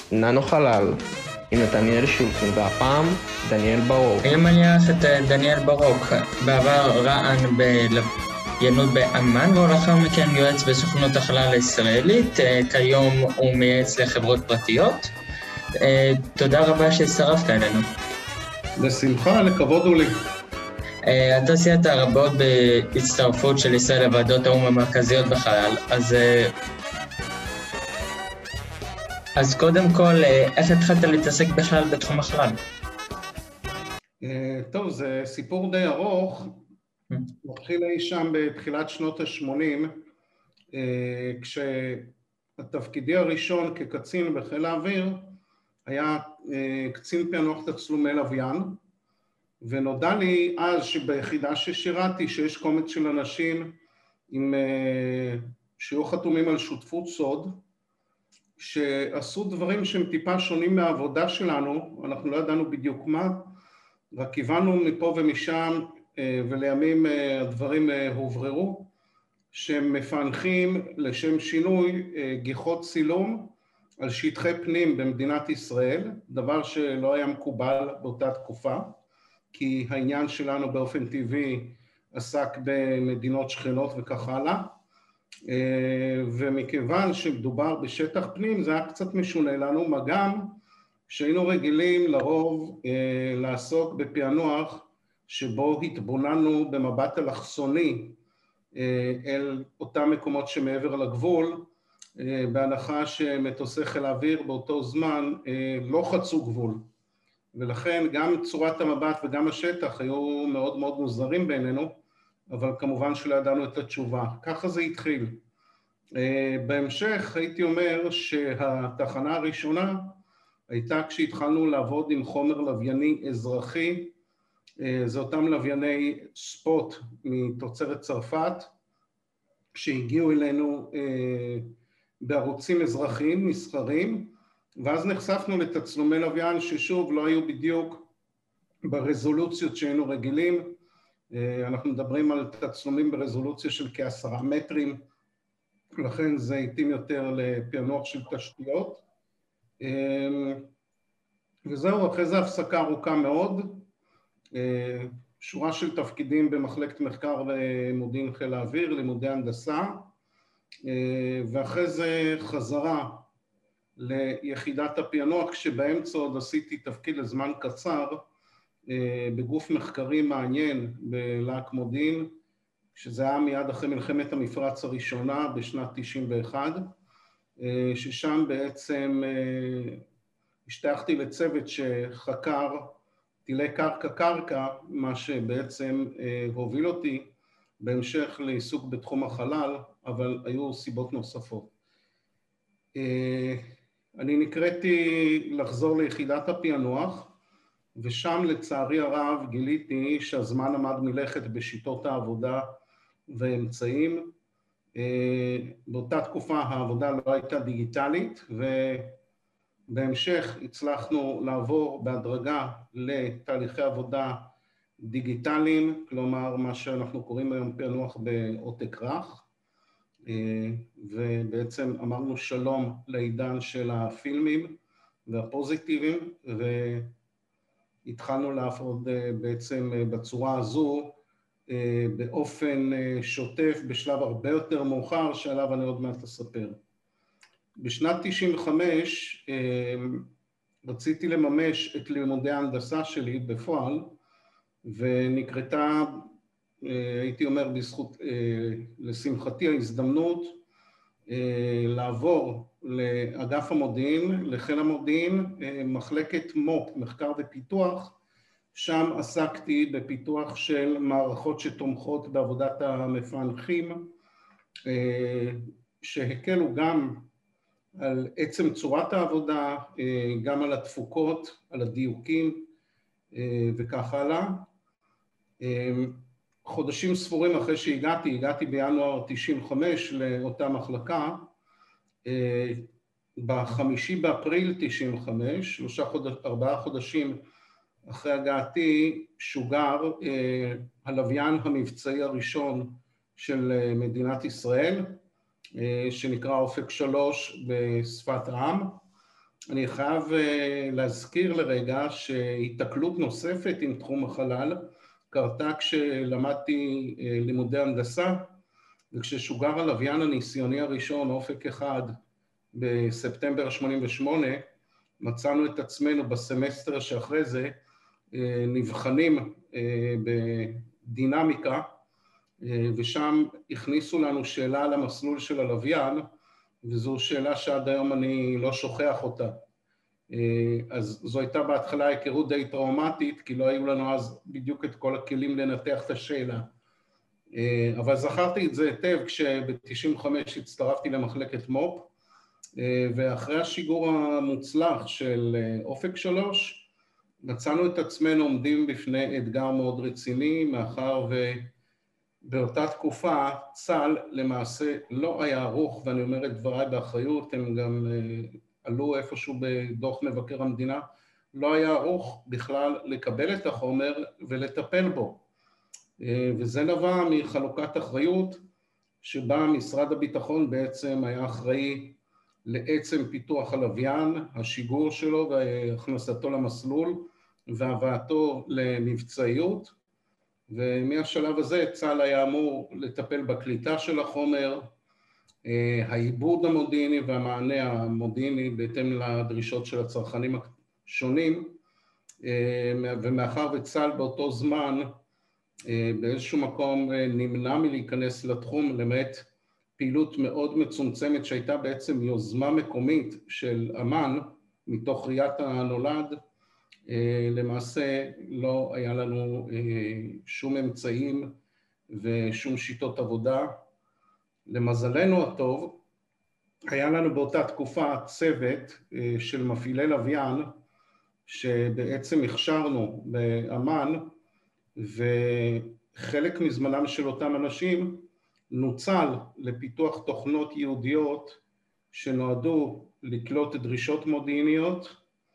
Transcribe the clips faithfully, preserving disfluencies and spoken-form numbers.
ננו חלל, עם נתניאל שולקין, והפעם דניאל ברוק. אם אני אעשה את דניאל ברוק, בעבר רען בלוויינות באמן, ולאחר מכן יועץ בסוכנות החלל הישראלית, כיום הוא מייעץ לחברות פרטיות. תודה רבה שהצטרפת אלינו. בשמחה, לכבוד הוא לי. אתה סייעת רבות בהצטרפות של ישראל לוועדות האו"ם המרכזיות בחלל, אז... אז קודם כל, איך התחלת להתעסק בכלל בתחום החלל? טוב, זה סיפור די ארוך. מתחיל אי שם בתחילת שנות ה-שמונים, כשהתפקידי הראשון כקצין בחיל האוויר היה קצין פענוח תצלומי לוויין, ונודע לי אז שביחידה ששירתי שיש קומץ של אנשים עם, שהיו חתומים על שותפות סוד, שעשו דברים שהם טיפה שונים מהעבודה שלנו, אנחנו לא ידענו בדיוק מה, רק כיוונו מפה ומשם, ולימים הדברים הובררו, שהם מפענחים לשם שינוי גיחות צילום על שטחי פנים במדינת ישראל, דבר שלא היה מקובל באותה תקופה, כי העניין שלנו באופן טבעי עסק במדינות שכנות וכך הלאה, ומכיוון שמדובר בשטח פנים זה היה קצת משונה לנו, מה גם שהיינו רגילים לרוב לעסוק בפענוח שבו התבוננו במבט אלכסוני אל אותם מקומות שמעבר לגבול, בהנחה שמטוסי חיל האוויר באותו זמן לא חצו גבול, ולכן גם צורת המבט וגם השטח היו מאוד מאוד מוזרים בעינינו, אבל כמובן שלא ידענו את התשובה. ככה זה התחיל. בהמשך הייתי אומר שהתחנה הראשונה הייתה כשהתחלנו לעבוד עם חומר לווייני אזרחי, זה אותם לווייני ספוט מתוצרת צרפת, שהגיעו אלינו בערוצים אזרחיים, מסחרים, ואז נחשפנו לתצלומי לוויין ששוב לא היו בדיוק ברזולוציות שהיינו רגילים, אנחנו מדברים על תצלומים ברזולוציה של כעשרה מטרים, לכן זה התאים יותר לפענוח של תשתיות. וזהו, אחרי זה הפסקה ארוכה מאוד, שורה של תפקידים במחלקת מחקר ומודיעין חיל האוויר, לימודי הנדסה, ואחרי זה חזרה ליחידת הפענוח, כשבאמצע עוד עשיתי תפקיד לזמן קצר, בגוף מחקרי מעניין בלהק מודיעין, שזה היה מיד אחרי מלחמת המפרץ הראשונה בשנת תשעים ואחת, ששם בעצם השתייכתי לצוות שחקר טילי קרקע-קרקע, מה שבעצם הוביל אותי בהמשך לעיסוק בתחום החלל, אבל היו סיבות נוספות. אני נקראתי לחזור ליחידת הפענוח, ושם לצערי הרב גיליתי שהזמן עמד מלכת בשיטות העבודה ואמצעים. באותה תקופה העבודה לא הייתה דיגיטלית, ובהמשך הצלחנו לעבור בהדרגה לתהליכי עבודה דיגיטליים, כלומר מה שאנחנו קוראים היום פענוח בעותק רך, ובעצם אמרנו שלום לעידן של הפילמים והפוזיטיבים, והתחלנו לעבוד בעצם בצורה הזו באופן שוטף בשלב הרבה יותר מאוחר, שעליו אני עוד מעט אספר. בשנת תשעים וחמש רציתי לממש את לימודי ההנדסה שלי בפועל, ונקרתה, הייתי אומר בזכות, לשמחתי ההזדמנות, לעבור לאגף המודיעין, לחיל המודיעין, מחלקת מו"פ, מחקר ופיתוח, שם עסקתי בפיתוח של מערכות שתומכות בעבודת המפענחים, שהקלו גם על עצם צורת העבודה, גם על התפוקות, על הדיוקים וכך הלאה. חודשים ספורים אחרי שהגעתי, הגעתי בינואר תשעים וחמש לאותה מחלקה, בחמישי באפריל תשעים וחמש, שלושה חודש, ארבעה חודשים אחרי הגעתי, שוגר הלוויין המבצעי הראשון של מדינת ישראל, שנקרא אופק שלוש בשפת העם, אני חייב להזכיר לרגע שהתקלות נוספת עם תחום החלל קרתה כשלמדתי לימודי הנדסה, וכששוגר הלוויין הניסיוני הראשון, אופק אחד, בספטמבר שמונים ושמונה, מצאנו את עצמנו בסמסטר שאחרי זה נבחנים בדינמיקה, ושם הכניסו לנו שאלה על המסלול של הלוויין, וזו שאלה שעד היום אני לא שוכח אותה. אז זו הייתה בהתחלה היכרות די טראומטית, כי לא היו לנו אז בדיוק את כל הכלים לנתח את השאלה. אבל זכרתי את זה היטב כשב-תשעים וחמש הצטרפתי למחלקת מו"פ, ואחרי השיגור המוצלח של אופק שלוש, מצאנו את עצמנו עומדים בפני אתגר מאוד רציני, מאחר ובאותה תקופה צה"ל למעשה לא היה ערוך, ואני אומר את דבריי באחריות, הם גם עלו איפשהו בדוח מבקר המדינה, לא היה ערוך בכלל לקבל את החומר ולטפל בו. וזה נבע מחלוקת אחריות, שבה משרד הביטחון בעצם היה אחראי לעצם פיתוח הלוויין, השיגור שלו והכנסתו למסלול והבאתו למבצעיות, ומהשלב הזה צה"ל היה אמור לטפל בקליטה של החומר, העיבוד המודיעיני והמענה המודיעיני בהתאם לדרישות של הצרכנים השונים, ומאחר וצה"ל באותו זמן באיזשהו מקום נמנע מלהיכנס לתחום, למעט פעילות מאוד מצומצמת שהייתה בעצם יוזמה מקומית של אמן מתוך ראיית הנולד, למעשה לא היה לנו שום אמצעים ושום שיטות עבודה. למזלנו הטוב, היה לנו באותה תקופה צוות של מפעילי לוויין, שבעצם הכשרנו באמן, וחלק מזמנם של אותם אנשים נוצל לפיתוח תוכנות ייעודיות שנועדו לקלוט דרישות מודיעיניות,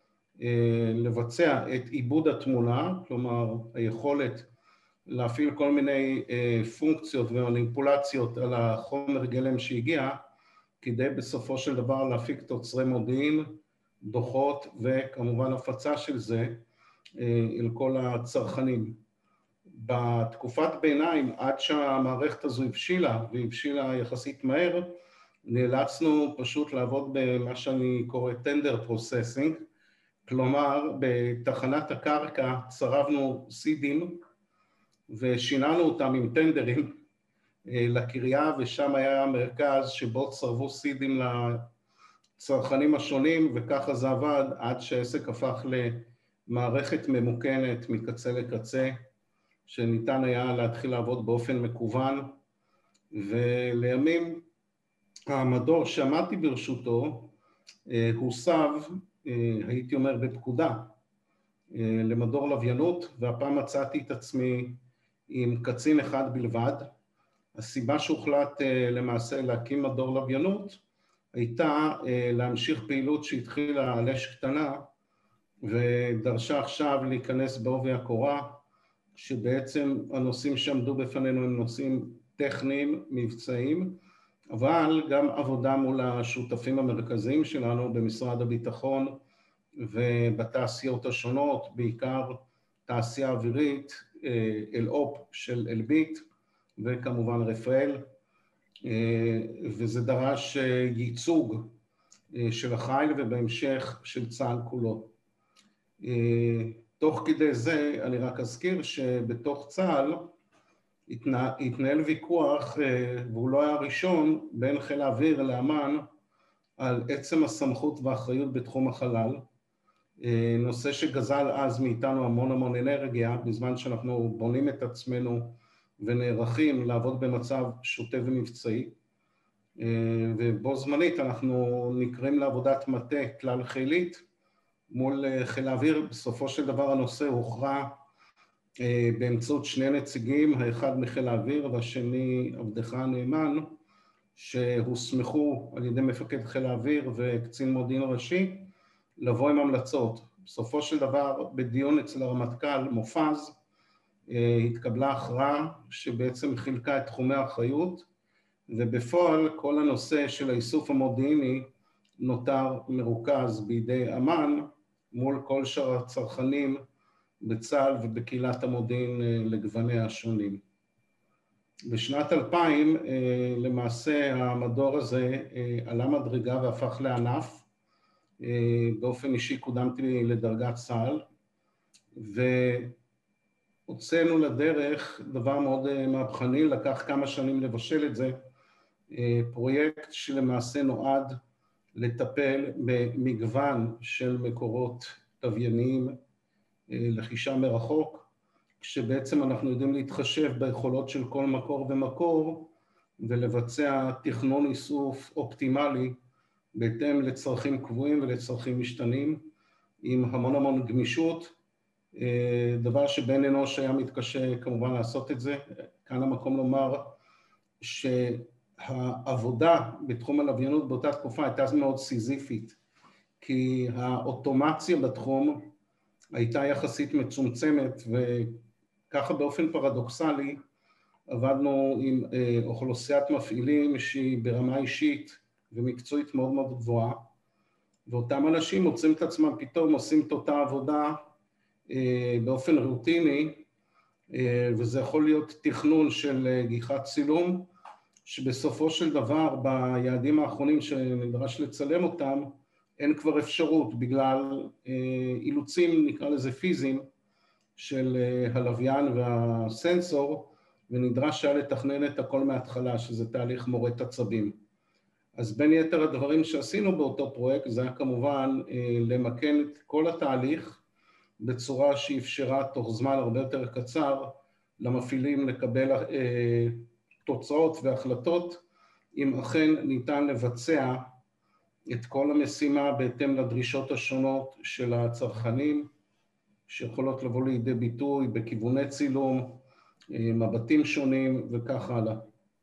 לבצע את עיבוד התמונה, כלומר היכולת להפעיל כל מיני פונקציות ומניפולציות על החומר גלם שהגיע, כדי בסופו של דבר להפיק תוצרי מודיעין, דוחות וכמובן הפצה של זה אל כל הצרכנים. בתקופת ביניים, עד שהמערכת הזו הבשילה, והבשילה יחסית מהר, נאלצנו פשוט לעבוד במה שאני קורא טנדר פרוססינג, כלומר בתחנת הקרקע צרבנו סידים ושיננו אותם עם טנדרים לקריה, ושם היה מרכז שבו צרבו סידים לצרכנים השונים, וככה זה עבד עד שהעסק הפך למערכת ממוכנת מקצה לקצה, שניתן היה להתחיל לעבוד באופן מקוון, ולימים המדור שעמדתי ברשותו הוסב, הייתי אומר בפקודה, למדור לוויינות, והפעם מצאתי את עצמי עם קצין אחד בלבד. הסיבה שהוחלט למעשה להקים מדור לוויינות הייתה להמשיך פעילות שהתחילה על אש קטנה, ודרשה עכשיו להיכנס בעובי הקורה, שבעצם הנושאים שעמדו בפנינו הם נושאים טכניים, מבצעיים, אבל גם עבודה מול השותפים המרכזיים שלנו במשרד הביטחון ובתעשיות השונות, בעיקר תעשייה אווירית, אל-אופ של אלביט וכמובן רפאל, וזה דרש ייצוג של החיל ובהמשך של צה"ל כולו. תוך כדי זה אני רק אזכיר שבתוך צה"ל התנהל ויכוח, והוא לא היה ראשון, בין חיל האוויר לאמ"ן על עצם הסמכות והאחריות בתחום החלל, נושא שגזל אז מאיתנו המון המון אנרגיה, בזמן שאנחנו בונים את עצמנו ונערכים לעבוד במצב שוטף ומבצעי, ובו זמנית אנחנו נקראים לעבודת מטה כלל חילית מול חיל האוויר. בסופו של דבר הנושא הוכרע באמצעות שני נציגים, האחד מחיל האוויר והשני עבדך הנאמן, שהוסמכו על ידי מפקד חיל האוויר וקצין מודיעין ראשי לבוא עם המלצות. בסופו של דבר בדיון אצל הרמטכ"ל מופז התקבלה הכרעה שבעצם חילקה את תחומי האחריות, ובפועל כל הנושא של האיסוף המודיעיני נותר מרוכז בידי אמ"ן מול כל שאר הצרכנים בצה"ל ובקהילת המודיעין לגווניה השונים. בשנת אלפיים למעשה המדור הזה עלה מדרגה והפך לענף. באופן אישי קודמתי לדרגת סל, והוצאנו לדרך דבר מאוד מהפכני, לקח כמה שנים לבשל את זה, פרויקט שלמעשה נועד לטפל במגוון של מקורות לווייניים לחישה מרחוק, כשבעצם אנחנו יודעים להתחשב ביכולות של כל מקור ומקור ולבצע תכנון איסוף אופטימלי בהתאם לצרכים קבועים ולצרכים משתנים, עם המון המון גמישות, דבר שבן אנוש היה מתקשה כמובן לעשות את זה. כאן המקום לומר שהעבודה בתחום הלוויינות באותה תקופה הייתה מאוד סיזיפית, כי האוטומציה בתחום הייתה יחסית מצומצמת, וככה באופן פרדוקסלי עבדנו עם אוכלוסיית מפעילים שהיא ברמה אישית ומקצועית מאוד מאוד גבוהה, ואותם אנשים מוצאים את עצמם פתאום עושים את אותה עבודה באופן רוטיני, וזה יכול להיות תכנון של גיחת צילום, שבסופו של דבר ביעדים האחרונים שנדרש לצלם אותם, אין כבר אפשרות בגלל אילוצים, נקרא לזה פיזיים, של הלוויין והסנסור, ונדרש היה לתכנן את הכל מההתחלה, שזה תהליך מורת עצבים. אז בין יתר הדברים שעשינו באותו פרויקט, זה היה כמובן למקן את כל התהליך, בצורה שאפשרה תוך זמן הרבה יותר קצר, למפעילים לקבל תוצאות והחלטות, אם אכן ניתן לבצע את כל המשימה בהתאם לדרישות השונות של הצרכנים, שיכולות לבוא לידי ביטוי בכיווני צילום, מבטים שונים וכך הלאה.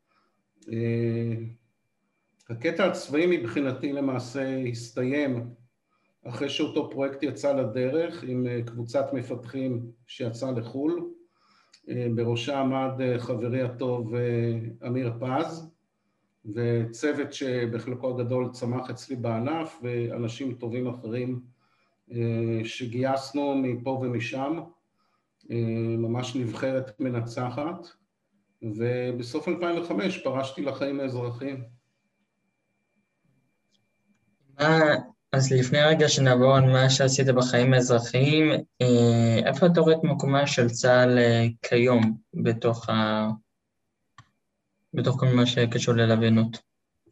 הקטע הצבאי מבחינתי למעשה הסתיים אחרי שאותו פרויקט יצא לדרך עם קבוצת מפתחים שיצא לחו"ל, בראשה עמד חברי הטוב אמיר פז, וצוות שבחלקו הגדול צמח אצלי בענף, ואנשים טובים אחרים שגייסנו מפה ומשם, ממש נבחרת מנצחת, ובסוף אלפיים וחמש פרשתי לחיים האזרחיים. אז לפני רגע שנעבור על מה שעשית בחיים האזרחיים, איפה אתה רואה את מקומה של צה"ל כיום בתוך ה... בתוך כל מה שקשור ללוויינות?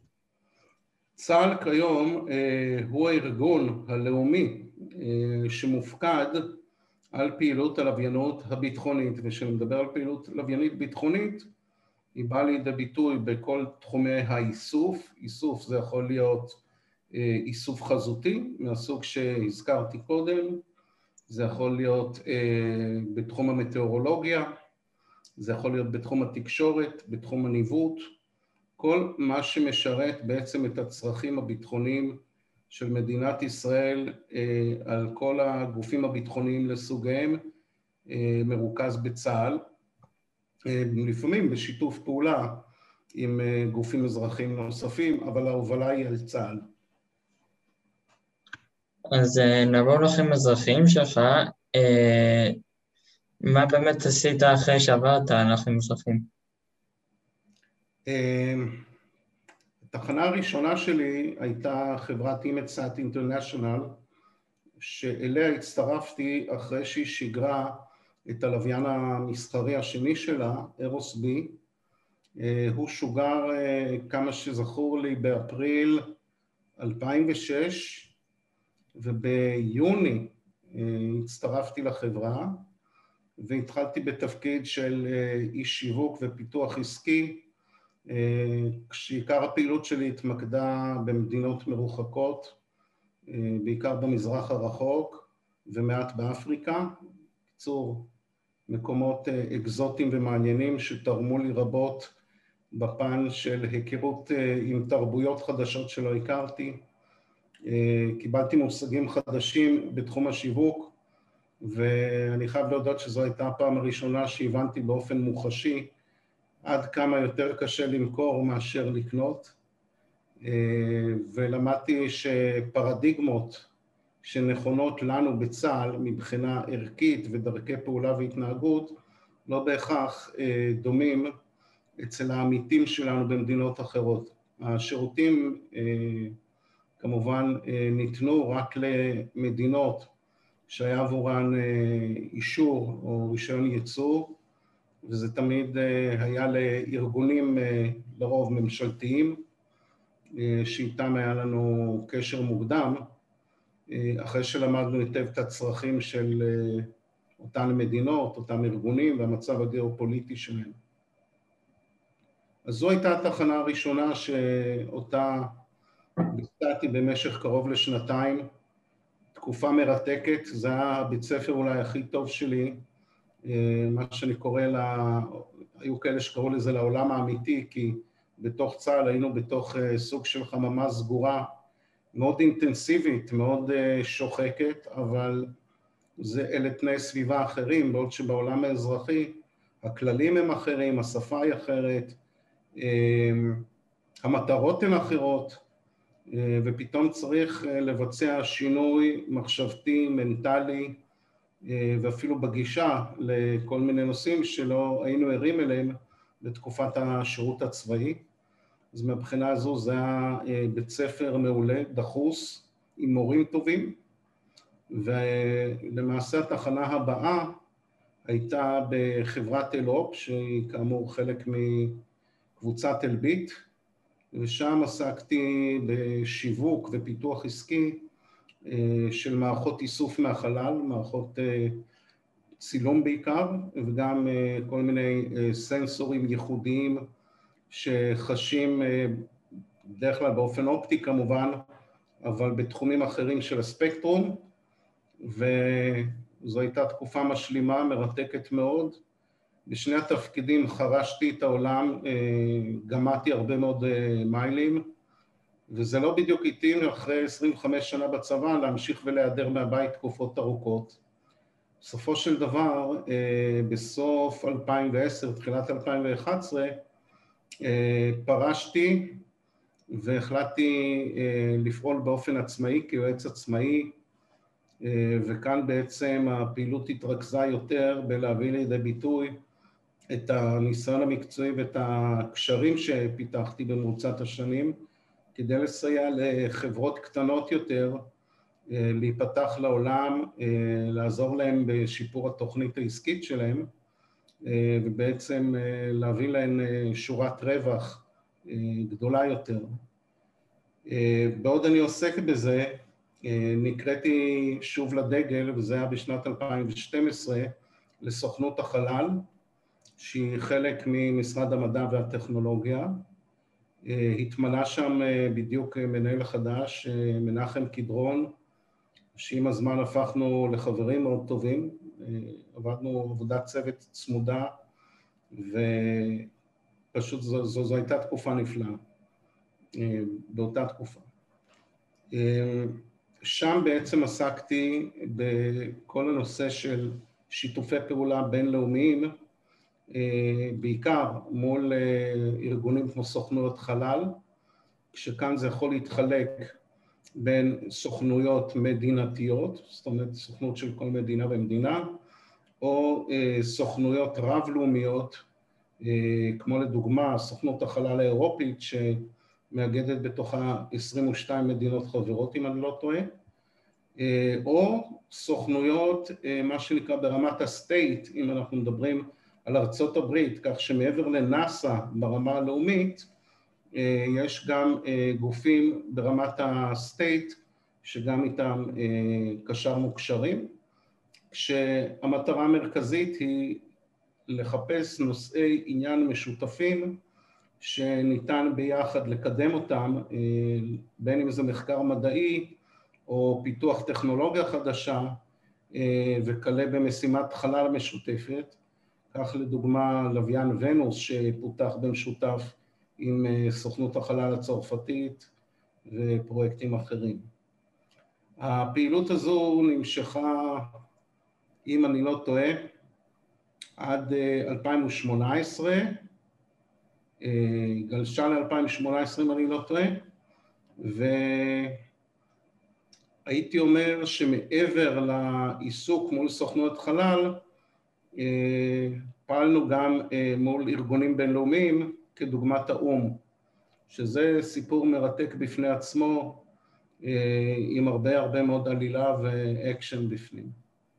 צה"ל כיום הוא הארגון הלאומי שמופקד על פעילות הלוויינות הביטחונית, וכשנדבר על פעילות לוויינית ביטחונית, היא באה לידי ביטוי בכל תחומי האיסוף. איסוף זה יכול להיות איסוף חזותי, מהסוג שהזכרתי קודם, זה יכול להיות בתחום המטאורולוגיה, זה יכול להיות בתחום התקשורת, בתחום הניווט, כל מה שמשרת בעצם את הצרכים הביטחוניים של מדינת ישראל על כל הגופים הביטחוניים לסוגיהם, מרוכז בצה"ל, לפעמים בשיתוף פעולה עם גופים אזרחיים נוספים, אבל ההובלה היא על צה"ל. אז נעבור לחיים אזרחיים שלך, מה באמת עשית אחרי שעברת על החיים אזרחיים? התחנה הראשונה שלי הייתה חברת אימטסאט אינטרנשיונל, שאליה הצטרפתי אחרי שהיא שיגרה את הלוויין המסחרי השני שלה, אירוס בי. הוא שוגר, כמה שזכור לי, באפריל אלפיים ושש, וביוני הצטרפתי לחברה, והתחלתי בתפקיד של איש שיווק ופיתוח עסקי, כשעיקר הפעילות שלי התמקדה במדינות מרוחקות, בעיקר במזרח הרחוק ומעט באפריקה. בקיצור, מקומות אקזוטיים ומעניינים שתרמו לי רבות בפן של היכרות עם תרבויות חדשות שלא הכרתי. קיבלתי מושגים חדשים בתחום השיווק, ואני חייב להודות שזו הייתה הפעם הראשונה שהבנתי באופן מוחשי עד כמה יותר קשה למכור מאשר לקנות. ולמדתי שפרדיגמות שנכונות לנו בצה"ל מבחינה ערכית ודרכי פעולה והתנהגות לא בהכרח דומים אצל העמיתים שלנו במדינות אחרות. השירותים כמובן ניתנו רק למדינות שהיה עבורן אישור או רישיון ייצור, וזה תמיד היה לארגונים לרוב ממשלתיים, שאיתם היה לנו קשר מוקדם, אחרי שלמדנו היטב את הצרכים של אותן מדינות, אותם ארגונים והמצב הגיאופוליטי שלהם. אז זו הייתה התחנה הראשונה שאותה ביצעתי במשך קרוב לשנתיים, תקופה מרתקת, זה היה הבית ספר אולי הכי טוב שלי, מה שאני קורא לה, היו כאלה שקראו לזה לעולם האמיתי, כי בתוך צה"ל היינו בתוך סוג של חממה סגורה, מאוד אינטנסיבית, מאוד שוחקת, אבל זה אלה תנאי סביבה אחרים, בעוד שבעולם האזרחי הכללים הם אחרים, השפה היא אחרת, המטרות הן אחרות, ופתאום צריך לבצע שינוי מחשבתי, מנטלי, ואפילו בגישה לכל מיני נושאים שלא היינו ערים אליהם בתקופת השירות הצבאי. אז מבחינה הזו זה היה בית ספר מעולה, דחוס, עם מורים טובים, ולמעשה התחנה הבאה הייתה בחברת אלופ, שהיא כאמור חלק מקבוצת אלביט, ושם עסקתי בשיווק ופיתוח עסקי של מערכות איסוף מהחלל, מערכות צילום בעיקר, וגם כל מיני סנסורים ייחודיים שחשים בדרך כלל באופן אופטי כמובן, אבל בתחומים אחרים של הספקטרום, וזו הייתה תקופה משלימה, מרתקת מאוד. בשני התפקידים חרשתי את העולם, גמעתי הרבה מאוד מיילים, וזה לא בדיוק התאים אחרי עשרים וחמש שנה בצבא להמשיך ולהיעדר מהבית תקופות ארוכות. בסופו של דבר, בסוף אלפיים ועשר, תחילת אלפיים ואחת עשרה, פרשתי והחלטתי לפעול באופן עצמאי כיועץ עצמאי, וכאן בעצם הפעילות התרכזה יותר בלהביא לידי ביטוי את הניסיון המקצועי ואת הקשרים שפיתחתי במרוצת השנים, כדי לסייע לחברות קטנות יותר להיפתח לעולם, לעזור להם בשיפור התוכנית העסקית שלהם, ובעצם להביא להן שורת רווח גדולה יותר. בעוד אני עוסק בזה, נקראתי שוב לדגל, וזה היה בשנת אלפיים ושתים עשרה, לסוכנות החלל, שהיא חלק ממשרד המדע והטכנולוגיה. התמנה שם בדיוק מנהל חדש, מנחם קדרון, שעם הזמן הפכנו לחברים מאוד טובים, עבדנו עבודת צוות צמודה, ופשוט זו, זו, זו הייתה תקופה נפלאה, באותה תקופה. שם בעצם עסקתי בכל הנושא של שיתופי פעולה בינלאומיים, בעיקר מול ארגונים כמו סוכנויות חלל, כשכאן זה יכול להתחלק בין סוכנויות מדינתיות, זאת אומרת סוכנות של כל מדינה ומדינה, או סוכנויות רב-לאומיות, כמו לדוגמה סוכנות החלל האירופית, שמאגדת בתוכה עשרים ושתיים מדינות חברות, אם אני לא טועה, או סוכנויות, מה שנקרא ברמת הסטייט, אם אנחנו מדברים על ארצות הברית, כך שמעבר לנאסא ברמה הלאומית, יש גם גופים ברמת הסטייט, שגם איתם קשרנו קשרים, כשהמטרה המרכזית היא לחפש נושאי עניין משותפים, שניתן ביחד לקדם אותם, בין אם זה מחקר מדעי, או פיתוח טכנולוגיה חדשה, וכלה במשימת חלל משותפת, כך לדוגמה לוויין ונוס שפותח במשותף עם סוכנות החלל הצרפתית ופרויקטים אחרים. הפעילות הזו נמשכה, אם אני לא טועה, עד אלפיים ושמונה עשרה, גלשה ל-אלפיים ושמונה עשרה אם אני לא טועה, והייתי אומר שמעבר לעיסוק מול סוכנויות חלל, פעלנו גם מול ארגונים בינלאומיים כדוגמת האו"ם, שזה סיפור מרתק בפני עצמו, עם הרבה הרבה מאוד עלילה ואקשן בפנים.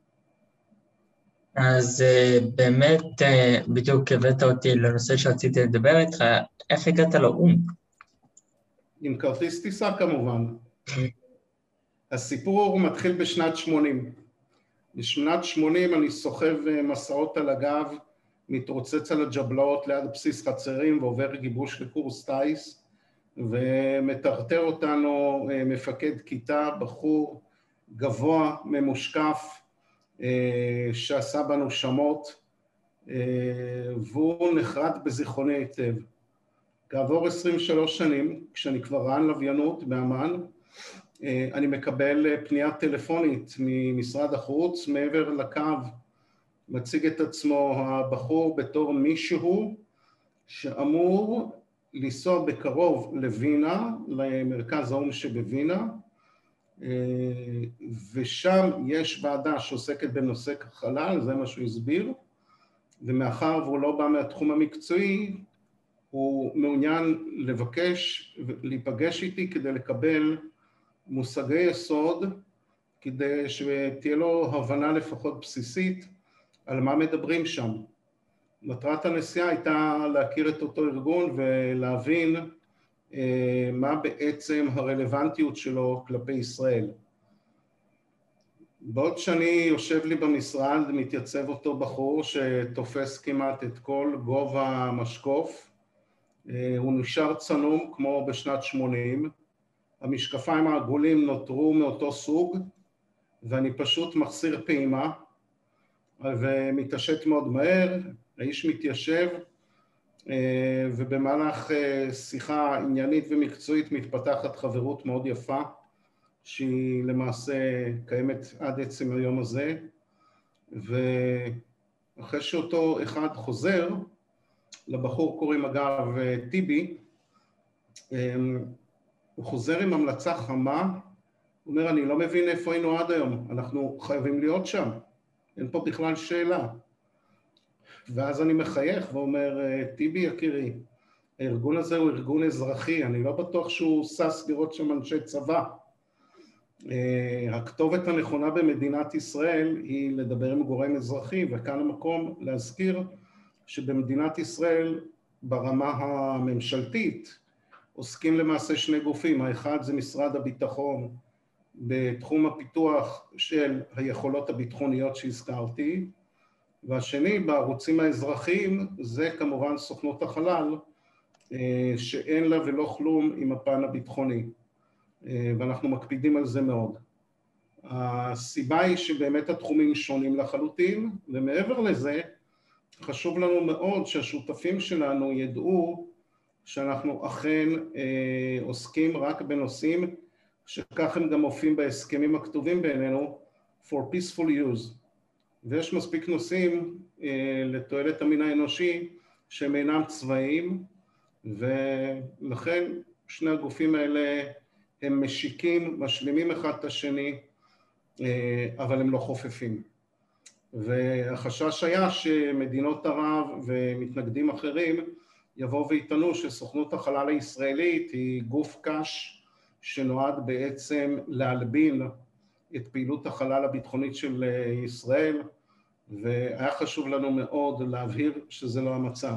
אז באמת בדיוק הבאת אותי לנושא שרציתי לדבר איתך, איך הגעת לאו"ם? עם כרטיס טיסה כמובן. הסיפור מתחיל בשנת שמונים. בשנת שמונים אני סוחב מסעות על הגב, מתרוצץ על הג'בלאות ליד בסיס חצרים ועובר גיבוש לקורס טייס, ומטרטר אותנו מפקד כיתה, בחור גבוה, ממושקף, שעשה בנו שמות, והוא נחרד בזיכרוני היטב. כעבור עשרים ושלוש שנים, כשאני כבר רע"ן לוויינות באמ"ן, אני מקבל פנייה טלפונית ממשרד החוץ, מעבר לקו מציג את עצמו הבחור בתור מישהו שאמור לנסוע בקרוב לווינה, למרכז האו"ם שבווינה, ושם יש ועדה שעוסקת בנושא חלל, זה מה שהוא הסביר, ומאחר והוא לא בא מהתחום המקצועי, הוא מעוניין לבקש ולהיפגש איתי כדי לקבל מושגי יסוד, כדי שתהיה לו הבנה לפחות בסיסית על מה מדברים שם. מטרת הנסיעה הייתה להכיר את אותו ארגון ולהבין אה, מה בעצם הרלוונטיות שלו כלפי ישראל. בעוד שאני יושב לי במשרד, מתייצב אותו בחור שתופס כמעט את כל גובה המשקוף, אה, הוא נשאר צנום כמו בשנת שמונים, המשקפיים העגולים נותרו מאותו סוג, ואני פשוט מחסיר פעימה, ומתעשת מאוד מהר, האיש מתיישב, ובמהלך שיחה עניינית ומקצועית מתפתחת חברות מאוד יפה, שהיא למעשה קיימת עד עצם היום הזה, ואחרי שאותו אחד חוזר, לבחור קוראים אגב טיבי, הוא חוזר עם המלצה חמה, הוא אומר, אני לא מבין איפה היינו עד היום, אנחנו חייבים להיות שם, אין פה בכלל שאלה. ואז אני מחייך ואומר, טיבי יקירי, הארגון הזה הוא ארגון אזרחי, אני לא בטוח שהוא סס לראות שם אנשי צבא. הכתובת הנכונה במדינת ישראל היא לדבר עם גורם אזרחי, וכאן המקום להזכיר שבמדינת ישראל ברמה הממשלתית עוסקים למעשה שני גופים, האחד זה משרד הביטחון בתחום הפיתוח של היכולות הביטחוניות שהזכרתי, והשני בערוצים האזרחיים זה כמובן סוכנות החלל, שאין לה ולא כלום עם הפן הביטחוני, ואנחנו מקפידים על זה מאוד. הסיבה היא שבאמת התחומים שונים לחלוטין, ומעבר לזה חשוב לנו מאוד שהשותפים שלנו ידעו שאנחנו אכן עוסקים רק בנושאים שכך הם גם מופיעים בהסכמים הכתובים בינינו, for peaceful use. ויש מספיק נושאים אה, לתועלת המין האנושי שהם אינם צבאיים, ולכן שני הגופים האלה הם משיקים, משלימים אחד את השני, אה, אבל הם לא חופפים. והחשש היה שמדינות ערב ומתנגדים אחרים יבואו ויטענו שסוכנות החלל הישראלית היא גוף קש שנועד בעצם להלבין את פעילות החלל הביטחונית של ישראל, והיה חשוב לנו מאוד להבהיר שזה לא המצב.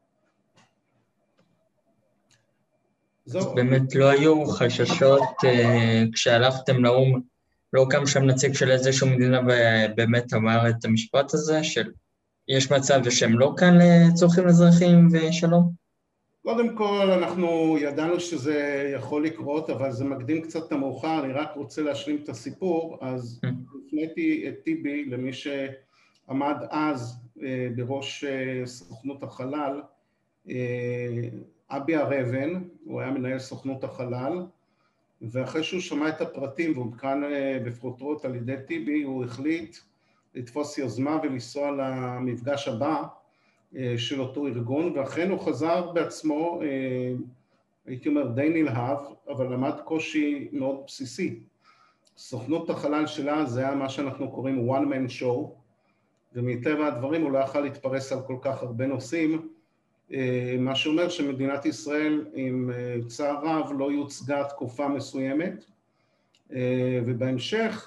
אז באמת לא היו חששות כשהלכתם לאו"ם, לא קם שם נציג של איזשהו מדינה ובאמת אמר את המשפט הזה, של יש מצב שהם לא כאן לצורכים אזרחיים ושלום? קודם כל, אנחנו ידענו שזה יכול לקרות, אבל זה מקדים קצת את המאוחר, אני רק רוצה להשלים את הסיפור, אז הפניתי את טיבי למי שעמד אז בראש סוכנות החלל, אבי הרבן, הוא היה מנהל סוכנות החלל, ואחרי שהוא שמע את הפרטים ועודכן בפרוטרוט על ידי טיבי, הוא החליט לתפוס יוזמה ולנסוע למפגש הבא, של אותו ארגון, ואכן הוא חזר בעצמו הייתי אומר די נלהב, אבל למד קושי מאוד בסיסי. סוכנות החלל שלה זה היה מה שאנחנו קוראים one man show, ומטבע הדברים הוא לא יכול להתפרס על כל כך הרבה נושאים, מה שאומר שמדינת ישראל עם צער רב לא יוצגה תקופה מסוימת, ובהמשך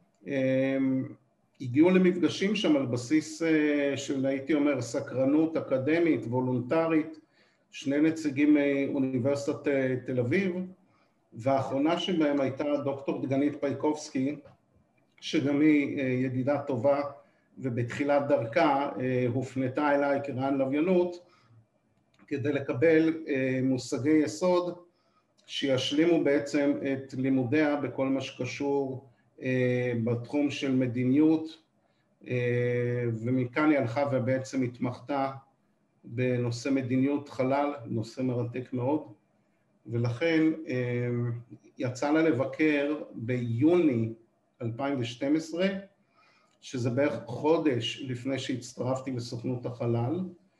הגיעו למפגשים שם על בסיס של הייתי אומר סקרנות אקדמית, וולונטרית, שני נציגים מאוניברסיטת תל אביב, והאחרונה שבהם הייתה דוקטור דגנית פייקובסקי, שגם היא ידידה טובה, ובתחילת דרכה הופנתה אליי כרען לוויינות, כדי לקבל מושגי יסוד שישלימו בעצם את לימודיה בכל מה שקשור בתחום של מדיניות, ומכאן היא הלכה ובעצם התמחתה בנושא מדיניות חלל, נושא מרתק מאוד, ולכן יצא לה לבקר ביוני אלפיים ושתים עשרה, שזה בערך חודש לפני שהצטרפתי לסוכנות החלל,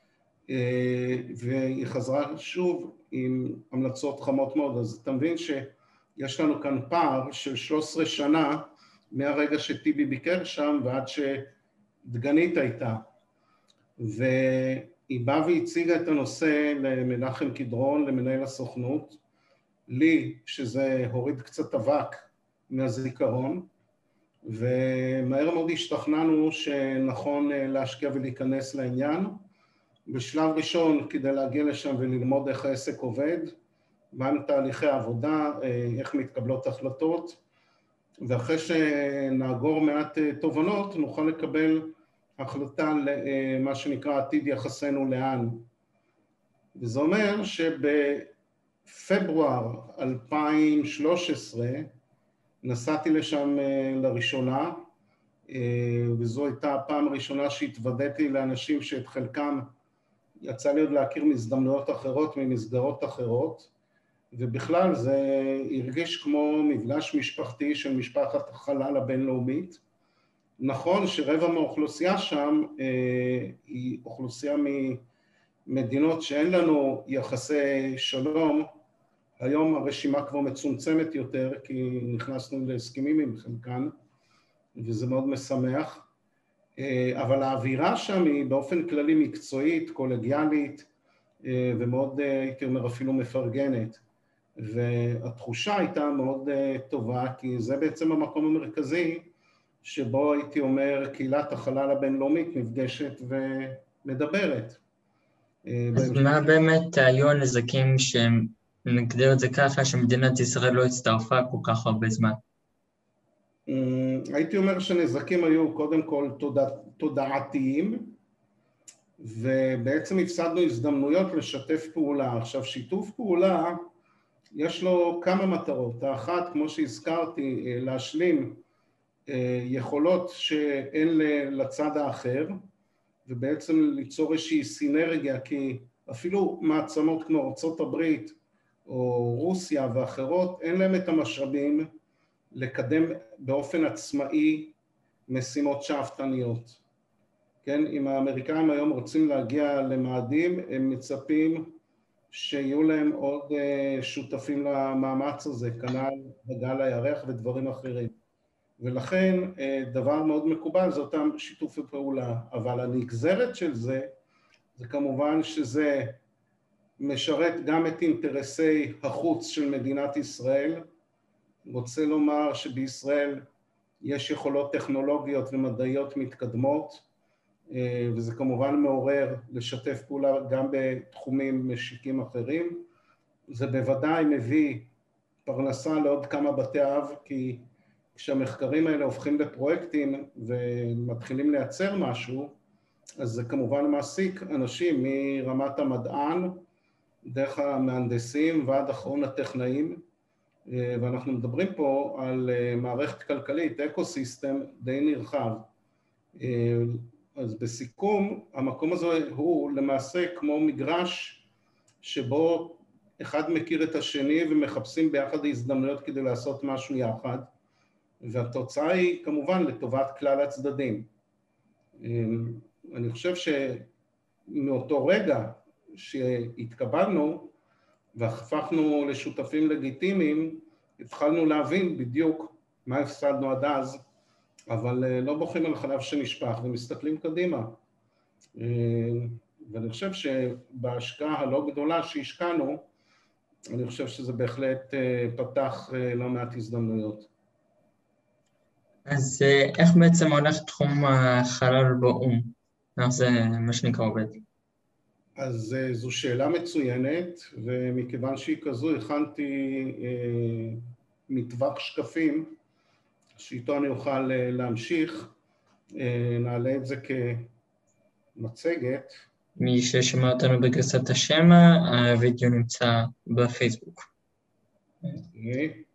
והיא חזרה שוב עם המלצות חמות מאוד. אז אתה מבין שיש לנו כאן פער של שלוש עשרה שנה מהרגע שטיבי ביקר שם ועד שדגנית הייתה, והיא באה והציגה את הנושא למנחם קדרון, למנהל הסוכנות, לי שזה הוריד קצת אבק מהזיכרון, ומהר מאוד השתכנענו שנכון להשקיע ולהיכנס לעניין. בשלב ראשון כדי להגיע לשם וללמוד איך העסק עובד, מהם תהליכי העבודה, איך מתקבלות החלטות, ואחרי שנאגור מעט תובנות נוכל לקבל החלטה למה שנקרא עתיד יחסנו לאן. וזה אומר שבפברואר אלפיים ושלוש עשרה נסעתי לשם לראשונה, וזו הייתה הפעם הראשונה שהתוודעתי לאנשים שאת חלקם יצא לי עוד להכיר מהזדמנויות אחרות, ממסגרות אחרות, ובכלל זה הרגיש כמו מפגש משפחתי של משפחת החלל הבינלאומית. נכון שרבע מהאוכלוסייה שם אה, היא אוכלוסייה ממדינות שאין לנו יחסי שלום, היום הרשימה כבר מצומצמת יותר כי נכנסנו להסכמים עם חלקן, וזה מאוד משמח. אבל האווירה שם היא באופן כללי מקצועית, קולגיאלית, ומאוד, הייתי אומר, אפילו מפרגנת. והתחושה הייתה מאוד טובה, כי זה בעצם המקום המרכזי, שבו הייתי אומר, קהילת החלל הבינלאומית נפגשת ומדברת. אז מה באמת היו הנזקים שנגדיר את זה ככה, שמדינת ישראל לא הצטרפה כל כך הרבה זמן? הייתי אומר שנזקים היו קודם כל תודע, תודעתיים, ובעצם הפסדנו הזדמנויות לשתף פעולה. עכשיו, שיתוף פעולה, יש לו כמה מטרות. האחת, כמו שהזכרתי, להשלים יכולות שאין לצד האחר, ובעצם ליצור איזושהי סינרגיה, כי אפילו מעצמות כמו ארצות הברית או רוסיה ואחרות, אין להם את המשאבים לקדם באופן עצמאי משימות שאפתניות. כן, אם האמריקאים היום רוצים להגיע למאדים, הם מצפים שיהיו להם עוד שותפים למאמץ הזה, כנ"ל הגעה לירח ודברים אחרים. ולכן דבר מאוד מקובל זה אותם שיתופי פעולה, אבל הנגזרת של זה, זה כמובן שזה משרת גם את אינטרסי החוץ של מדינת ישראל. רוצה לומר שבישראל יש יכולות טכנולוגיות ומדעיות מתקדמות, וזה כמובן מעורר לשתף פעולה גם בתחומים משיקים אחרים. זה בוודאי מביא פרנסה לעוד כמה בתי אב, כי כשהמחקרים האלה הופכים לפרויקטים ומתחילים לייצר משהו, אז זה כמובן מעסיק אנשים מרמת המדען, דרך המהנדסים ועד אחרון הטכנאים, ואנחנו מדברים פה על מערכת כלכלית, אקוסיסטם די נרחב. אז בסיכום, המקום הזה הוא למעשה כמו מגרש שבו אחד מכיר את השני ומחפשים ביחד ההזדמנויות כדי לעשות משהו יחד, והתוצאה היא כמובן לטובת כלל הצדדים. אני חושב שמאותו רגע שהתקבלנו, והפכנו לשותפים לגיטימיים, התחלנו להבין בדיוק מה הפסדנו עד אז, אבל לא בוכים על חלב שנשפך ומסתכלים קדימה. ואני חושב שבהשקעה הלא גדולה שהשקענו, אני חושב שזה בהחלט פתח לא מעט הזדמנויות. אז איך בעצם הולך תחום החלל באום? איך זה מה שנקרא עובד? אז זו שאלה מצוינת, ומכיוון שהיא כזו הכנתי מטווח שקפים, שאיתו אני אוכל להמשיך, נעלה את זה כמצגת. מי ששמע אותנו בגרסת השמע, הווידאו נמצא בפייסבוק. Okay.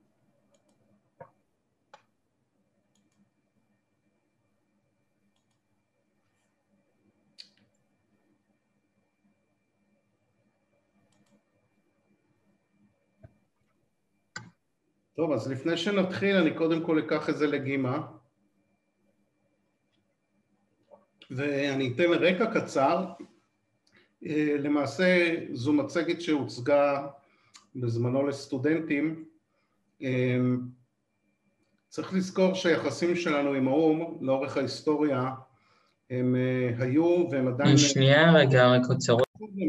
טוב, אז לפני שנתחיל, אני קודם כל אקח את זה לגימה, ואני אתן רקע קצר. למעשה, זו מצגת שהוצגה בזמנו לסטודנטים. צריך לזכור שהיחסים שלנו עם האום, לאורך ההיסטוריה, הם היו והם עדיין... שנייה, רגע, רק עוצרות.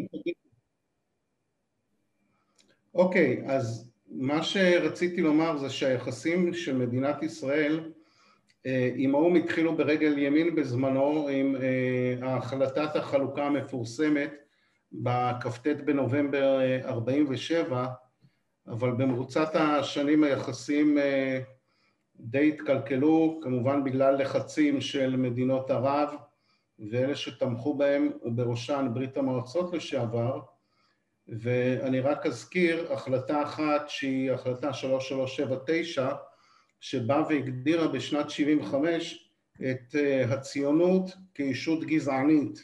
אוקיי, אז מה שרציתי לומר זה שהיחסים של מדינת ישראל עם האום התחילו ברגל ימין בזמנו עם החלטת החלוקה המפורסמת בכ"ט בנובמבר ארבעים ושבע, אבל במרוצת השנים היחסים די התקלקלו, כמובן בגלל לחצים של מדינות ערב ואלה שתמכו בהם, ובראשן ברית המועצות לשעבר. ואני רק אזכיר החלטה אחת שהיא החלטה שלוש שלוש שבע תשע, שבאה והגדירה בשנת שבעים וחמש את הציונות כישות גזענית.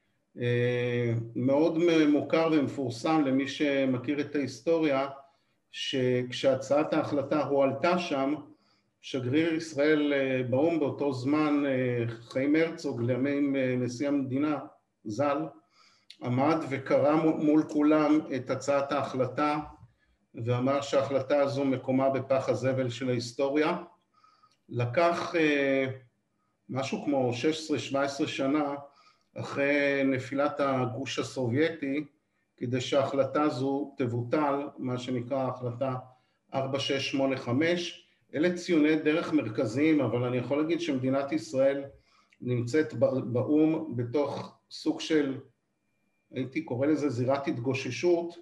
מאוד מוכר ומפורסם למי שמכיר את ההיסטוריה, שכשהצעת ההחלטה הועלתה שם, שגריר ישראל באום באותו זמן, חיים הרצוג, לימים נשיא המדינה, ז"ל, עמד וקרא מול כולם את הצעת ההחלטה, ואמר שההחלטה הזו מקומה בפח הזבל של ההיסטוריה. לקח משהו כמו שש עשרה שבע עשרה שנה אחרי נפילת הגוש הסובייטי, כדי שההחלטה הזו תבוטל, מה שנקרא ההחלטה ארבע שש שמונה חמש. אלה ציוני דרך מרכזיים, אבל אני יכול להגיד שמדינת ישראל נמצאת באום בתוך סוג של, הייתי קורא לזה זירת התגוששות,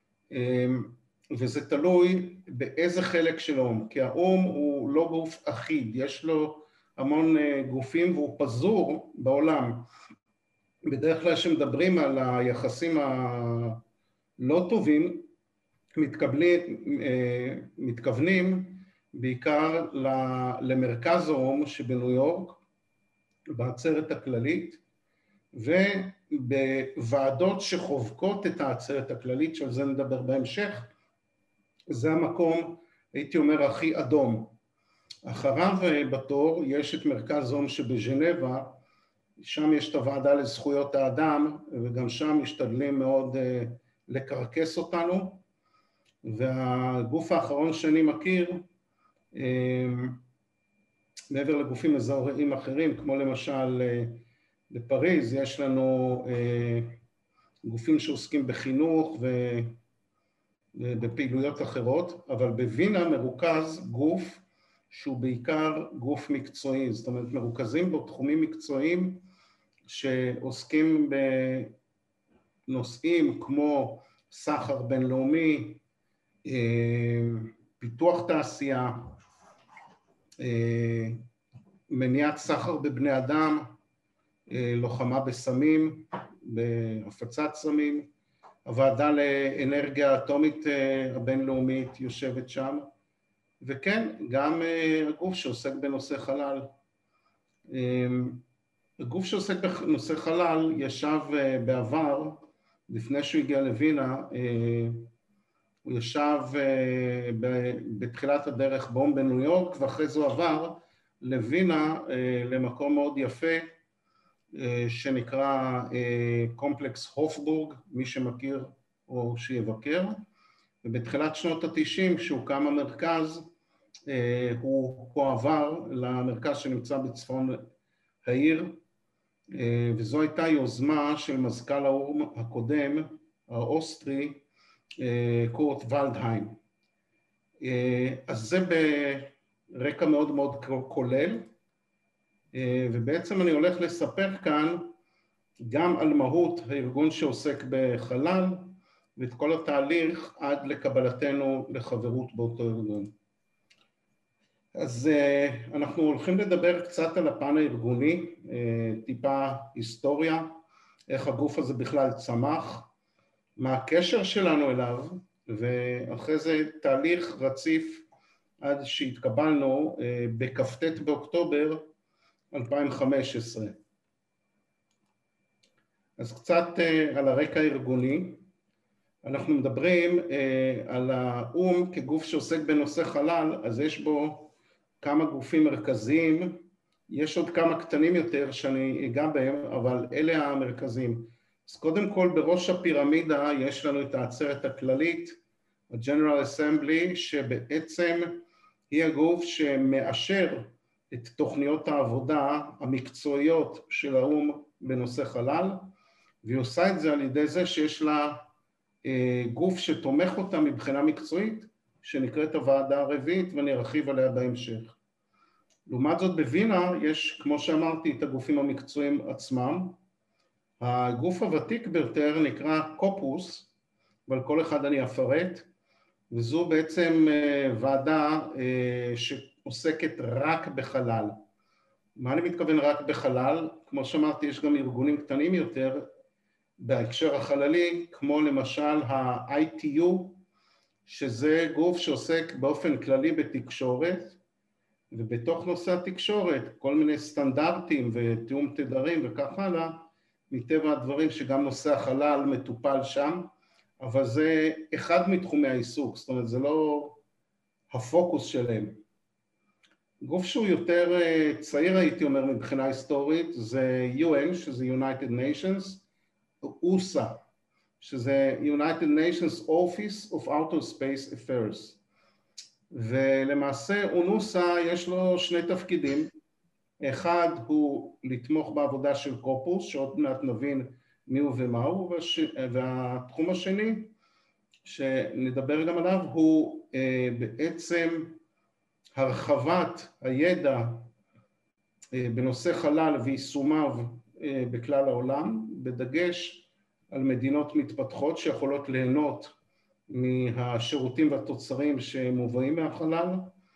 וזה תלוי באיזה חלק של האום, כי האום הוא לא גוף אחיד, יש לו המון גופים והוא פזור בעולם. בדרך כלל שמדברים על היחסים הלא טובים, מתקבלים, מתכוונים בעיקר למרכז האום שבניו יורק, בעצרת הכללית, ובוועדות שחובקות את העצרת הכללית, שעל זה נדבר בהמשך. זה המקום, הייתי אומר, הכי אדום. אחריו בתור יש את מרכז האום שבז'נבה, שם יש את הוועדה לזכויות האדם, וגם שם משתדלים מאוד לקרקס אותנו. והגוף האחרון שאני מכיר, מעבר לגופים אזוריים אחרים, כמו למשל בפריז, יש לנו גופים שעוסקים בחינוך ובפעילויות אחרות, אבל בווינה מרוכז גוף שהוא בעיקר גוף מקצועי, זאת אומרת מרוכזים בו תחומים מקצועיים שעוסקים בנושאים כמו סחר בינלאומי, פיתוח תעשייה, מניעת סחר בבני אדם, לוחמה בסמים, בהפצת סמים, הוועדה לאנרגיה אטומית הבינלאומית יושבת שם, וכן, גם הגוף שעוסק בנושא חלל. הגוף שעוסק בנושא חלל ישב בעבר, לפני שהוא הגיע לווינה, הוא ישב בתחילת הדרך באום בניו יורק, ואחרי זה הוא עבר לווינה, למקום מאוד יפה, שנקרא קומפלקס הופבורג, מי שמכיר או שיבקר, ובתחילת שנות ה-תשעים, כשהוקם המרכז, הוא הועבר למרכז שנמצא בצפון העיר, וזו הייתה יוזמה של מזכ"ל האו"ם הקודם, האוסטרי, קורט ולדהיים. אז זה ברקע מאוד מאוד כולל, ובעצם אני הולך לספר כאן גם על מהות הארגון שעוסק בחלל, ואת כל התהליך עד לקבלתנו לחברות באותו ארגון. אז אנחנו הולכים לדבר קצת על הפן הארגוני, טיפה היסטוריה, איך הגוף הזה בכלל צמח, מה הקשר שלנו אליו, ואחרי זה תהליך רציף עד שהתקבלנו בכ"ט באוקטובר אלפיים וחמש עשרה. אז קצת על הרקע הארגוני. אנחנו מדברים על האו"ם כגוף שעוסק בנושא חלל, אז יש בו כמה גופים מרכזיים, יש עוד כמה קטנים יותר שאני אגע בהם, אבל אלה המרכזיים. אז קודם כל בראש הפירמידה יש לנו את העצרת הכללית, ה-General Assembly, שבעצם היא הגוף שמאשר את תוכניות העבודה המקצועיות של האו"ם בנושא חלל, והיא עושה את זה על ידי זה שיש לה אה, גוף שתומך אותה מבחינה מקצועית, שנקראת הוועדה הרביעית, ואני ארחיב עליה בהמשך. לעומת זאת בווינה יש, כמו שאמרתי, את הגופים המקצועיים עצמם. הגוף הוותיק ביותר נקרא קופוס, אבל כל אחד אני אפרט, וזו בעצם אה, ועדה אה, שעוסקת רק בחלל. מה אני מתכוון רק בחלל? כמו שאמרתי, יש גם ארגונים קטנים יותר בהקשר החללי, כמו למשל ה-איי טי יו, שזה גוף שעוסק באופן כללי בתקשורת, ובתוך נושא התקשורת, כל מיני סטנדרטים ותיאום תדרים וכך הלאה, מטבע הדברים שגם נושא החלל מטופל שם, אבל זה אחד מתחומי העיסוק, זאת אומרת זה לא הפוקוס שלהם. גוף שהוא יותר צעיר הייתי אומר מבחינה היסטורית, זה יו אן, שזה United Nations, אוסה, שזה United Nations Office of Outer Space Affairs. ולמעשה אונוסה יש לו שני תפקידים, אחד הוא לתמוך בעבודה של קופוס, שעוד מעט נבין מי הוא ומה הוא, והתחום השני שנדבר גם עליו הוא בעצם הרחבת הידע בנושא חלל ויישומיו בכלל העולם, בדגש על מדינות מתפתחות שיכולות ליהנות מהשירותים והתוצרים שמובאים מהחלל,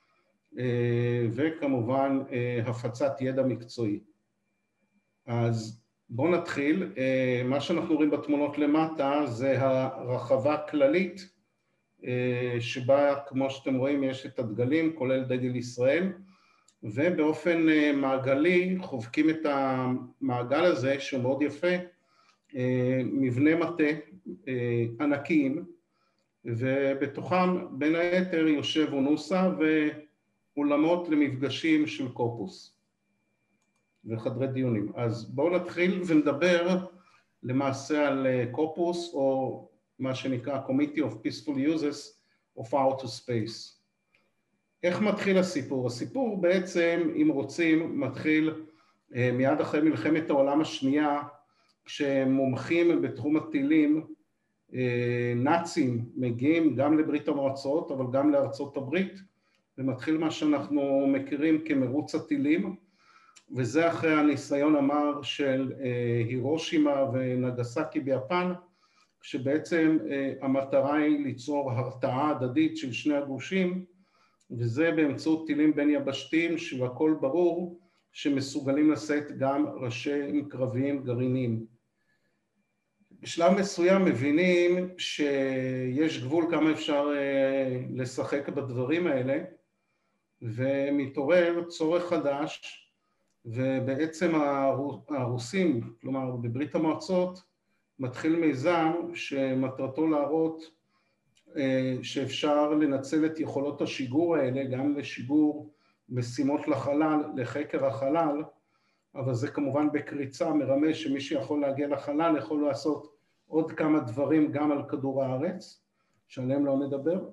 וכמובן הפצת ידע מקצועי. אז בואו נתחיל. מה שאנחנו רואים בתמונות למטה זה הרחבה הכללית, שבה כמו שאתם רואים יש את הדגלים, כולל דגל ישראל, ובאופן מעגלי חובקים את המעגל הזה שהוא מאוד יפה, מבנה מטה ענקיים, ובתוכם בין היתר יושב אונוסה ואולמות למפגשים של קופוס וחדרי דיונים. אז בואו נתחיל ונדבר למעשה על קופוס, או מה שנקרא Committee of Peaceful Uses of Outer Space. איך מתחיל הסיפור? הסיפור בעצם, אם רוצים, מתחיל מיד אחרי מלחמת העולם השנייה, כשמומחים בתחום הטילים, נאצים מגיעים גם לברית המועצות, אבל גם לארצות הברית, ומתחיל מה שאנחנו מכירים כמרוץ הטילים, וזה אחרי הניסיון המר של הירושימה ונגסקי ביפן, שבעצם המטרה היא ליצור הרתעה הדדית של שני הגושים, וזה באמצעות טילים בין יבשתיים, שהכל ברור שמסוגלים לשאת גם ראשי קרביים גרעיניים. בשלב מסוים מבינים שיש גבול כמה אפשר לשחק בדברים האלה, ומתעורר צורך חדש, ובעצם הרוסים, כלומר בברית המועצות, מתחיל מיזם שמטרתו להראות שאפשר לנצל את יכולות השיגור האלה, גם לשיגור משימות לחלל, לחקר החלל, אבל זה כמובן בקריצה מרמז שמי שיכול להגיע לחלל יכול לעשות עוד כמה דברים גם על כדור הארץ, שעליהם לא נדבר,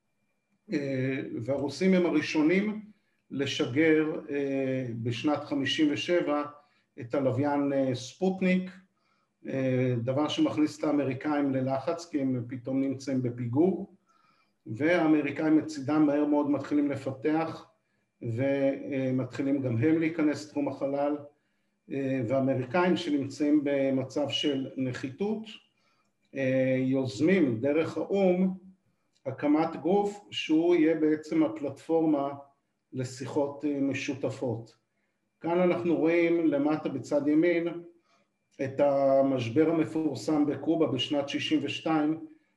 והרוסים הם הראשונים לשגר בשנת חמישים ושבע את הלוויין ספוטניק, דבר שמכניס את האמריקאים ללחץ, כי הם פתאום נמצאים בפיגור, והאמריקאים מצידם מהר מאוד מתחילים לפתח, ומתחילים גם הם להיכנס לתחום החלל, והאמריקאים שנמצאים במצב של נחיתות, יוזמים דרך האום הקמת גוף שהוא יהיה בעצם הפלטפורמה לשיחות משותפות. כאן אנחנו רואים למטה בצד ימין את המשבר המפורסם בקובה בשנת שישים ושתיים,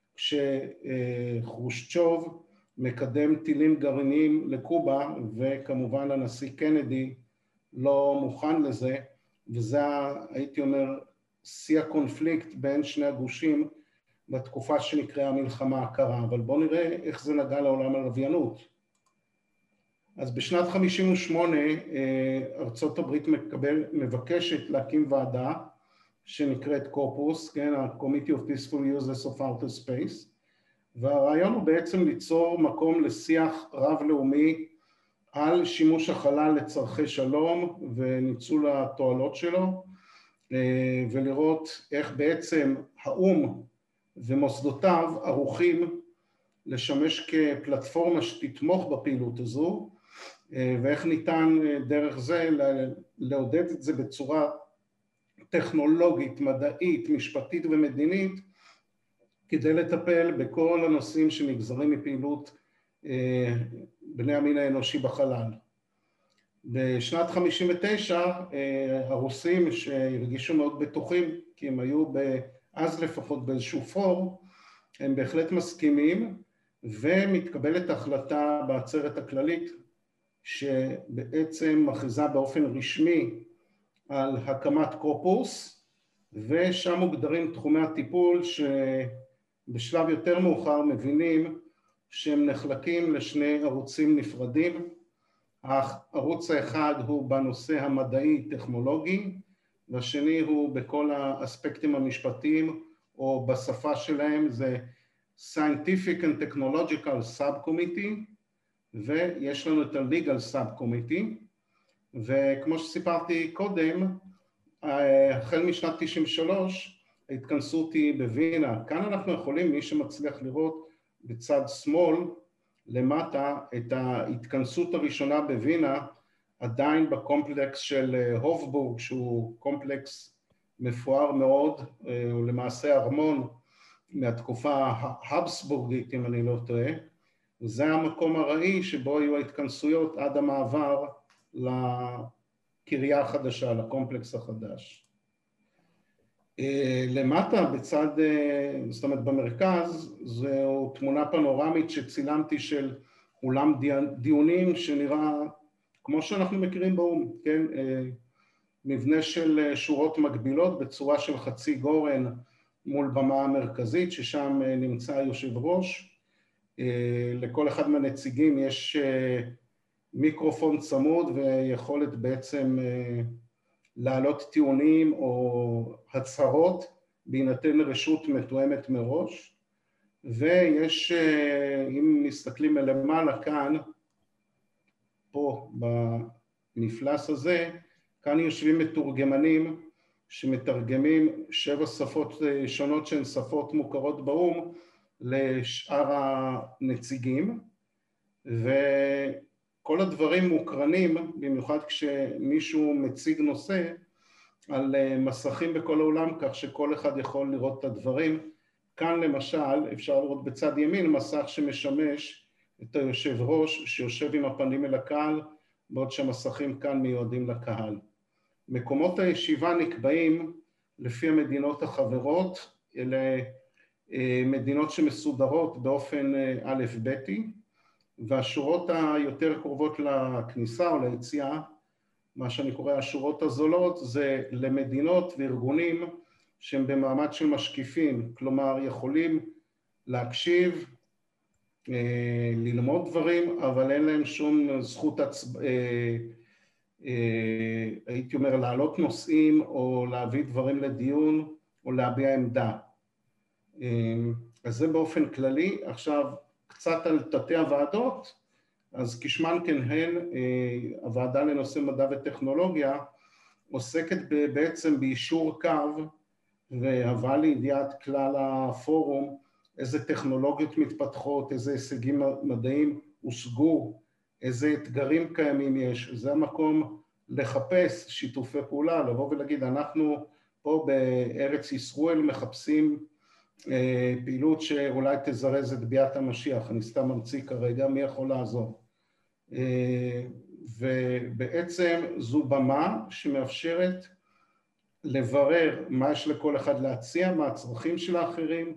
כשחרושצ'וב מקדם טילים גרעיניים לקובה, וכמובן הנשיא קנדי לא מוכן לזה, וזה הייתי אומר שיא הקונפליקט בין שני הגושים בתקופה שנקראה המלחמה הקרה. אבל בואו נראה איך זה נגע לעולם הלוויינות. אז בשנת חמישים ושמונה ארצות הברית מקבל, מבקשת להקים ועדה שנקראת קורפוס, כן, ה-Committee of Peaceful Uses of Outer Space, והרעיון הוא בעצם ליצור מקום לשיח רב-לאומי על שימוש החלל לצורכי שלום וניצול התועלות שלו, ולראות איך בעצם האום ומוסדותיו ערוכים לשמש כפלטפורמה שתתמוך בפעילות הזו, ואיך ניתן דרך זה לעודד את זה בצורה טכנולוגית, מדעית, משפטית ומדינית, כדי לטפל בכל הנושאים שנגזרים מפעילות בני המין האנושי בחלל. בשנת חמישים ותשע הרוסים שהרגישו מאוד בטוחים, כי הם היו אז לפחות באיזשהו פור, הם בהחלט מסכימים, ומתקבלת החלטה בעצרת הכללית, שבעצם מכריזה באופן רשמי על הקמת קורפוס, ושם מוגדרים תחומי הטיפול שבשלב יותר מאוחר מבינים שהם נחלקים לשני ערוצים נפרדים. הערוץ האחד הוא בנושא המדעי-טכנולוגי, והשני הוא בכל האספקטים המשפטיים, או בשפה שלהם זה Scientific and Technological Subcommittee, ויש לנו את ה-Legal Subcommittee, וכמו שסיפרתי קודם, החל משנת תשעים ושלוש ההתכנסות היא בווינה. כאן אנחנו יכולים, מי שמצליח לראות בצד שמאל למטה, את ההתכנסות הראשונה בווינה, עדיין בקומפלקס של הופבורג, שהוא קומפלקס מפואר מאוד, הוא למעשה ארמון מהתקופה ההבסבורגית, אם אני לא טועה, וזה המקום הראי שבו היו ההתכנסויות עד המעבר לקריה החדשה, לקומפלקס החדש. למטה בצד, זאת אומרת במרכז, זו תמונה פנורמית שצילמתי של אולם דיונים שנראה כמו שאנחנו מכירים באום, כן? מבנה של שורות מקבילות בצורה של חצי גורן מול במה המרכזית, ששם נמצא יושב ראש. לכל אחד מהנציגים יש מיקרופון צמוד ויכולת בעצם להעלות טיעונים או הצהרות בהינתן רשות מתואמת מראש. ויש, אם מסתכלים מלמעלה כאן, פה במפלס הזה, כאן יושבים מתורגמנים שמתרגמים שבע שפות שונות שהן שפות מוכרות באום לשאר הנציגים, וכל הדברים מוקרנים, במיוחד כשמישהו מציג נושא, על מסכים בכל העולם, כך שכל אחד יכול לראות את הדברים. כאן למשל אפשר לראות בצד ימין מסך שמשמש את היושב ראש שיושב עם הפנים אל הקהל, בעוד שהמסכים כאן מיועדים לקהל. מקומות הישיבה נקבעים לפי המדינות החברות, אלה מדינות שמסודרות באופן א' ב', והשורות היותר קרובות לכניסה או ליציאה, מה שאני קורא השורות הזולות, זה למדינות וארגונים שהם במעמד של משקיפים, כלומר יכולים להקשיב, ללמוד דברים, אבל אין להם שום זכות, הצ... הייתי אומר, להעלות נושאים או להביא דברים לדיון או להביע עמדה. אז זה באופן כללי. עכשיו, קצת על תתי הוועדות, אז כשמן כן הן, הוועדה לנושא מדע וטכנולוגיה עוסקת בעצם ביישור קו והבאה לידיעת כלל הפורום איזה טכנולוגיות מתפתחות, איזה הישגים מדעיים הושגו, איזה אתגרים קיימים יש. זה המקום לחפש שיתופי פעולה, לבוא ולהגיד אנחנו פה בארץ ישראל מחפשים פעילות שאולי תזרז את ביאת המשיח, אני סתם ממציא כרגע, מי יכול לעזור? ובעצם זו במה שמאפשרת לברר מה יש לכל אחד להציע, מה הצרכים של האחרים,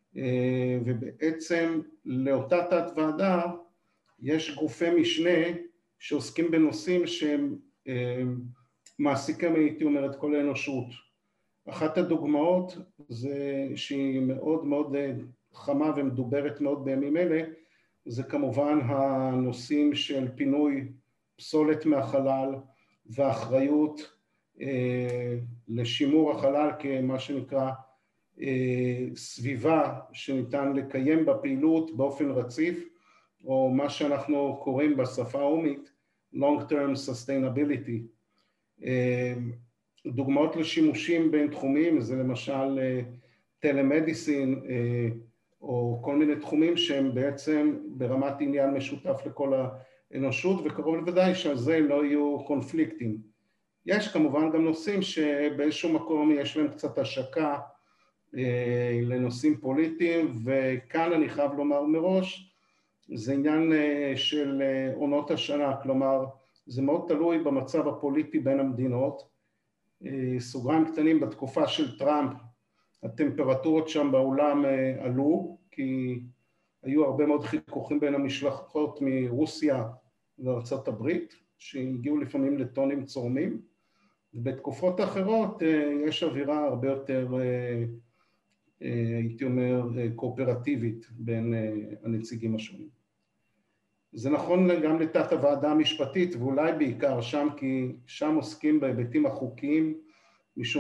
ובעצם לאותה תת ועדה יש גופי משנה שעוסקים בנושאים שהם מעסיקים, הייתי אומר, את כל האנושות. אחת הדוגמאות זה שהיא מאוד מאוד חמה ומדוברת מאוד בימים אלה, זה כמובן הנושאים של פינוי פסולת מהחלל והאחריות אה, לשימור החלל כמה שנקרא אה, סביבה שניתן לקיים בפעילות באופן רציף, או מה שאנחנו קוראים בשפה האומית long term sustainability. אה, דוגמאות לשימושים בין תחומים זה למשל טלמדיסין או כל מיני תחומים שהם בעצם ברמת עניין משותף לכל האנושות, וקרוב לוודאי שעל זה לא יהיו קונפליקטים. יש כמובן גם נושאים שבאיזשהו מקום יש להם קצת השקה לנושאים פוליטיים, וכאן אני חייב לומר מראש, זה עניין של עונות השנה, כלומר זה מאוד תלוי במצב הפוליטי בין המדינות. סוגריים קטנים, בתקופה של טראמפ הטמפרטורות שם בעולם עלו, כי היו הרבה מאוד חיכוכים בין המשלחות מרוסיה וארצות הברית, שהגיעו לפעמים לטונים צורמים, ובתקופות אחרות יש אווירה הרבה יותר, הייתי אומר, קואופרטיבית בין הנציגים השונים. זה נכון גם לתת הוועדה המשפטית, ואולי בעיקר שם, כי שם עוסקים בהיבטים החוקיים, משום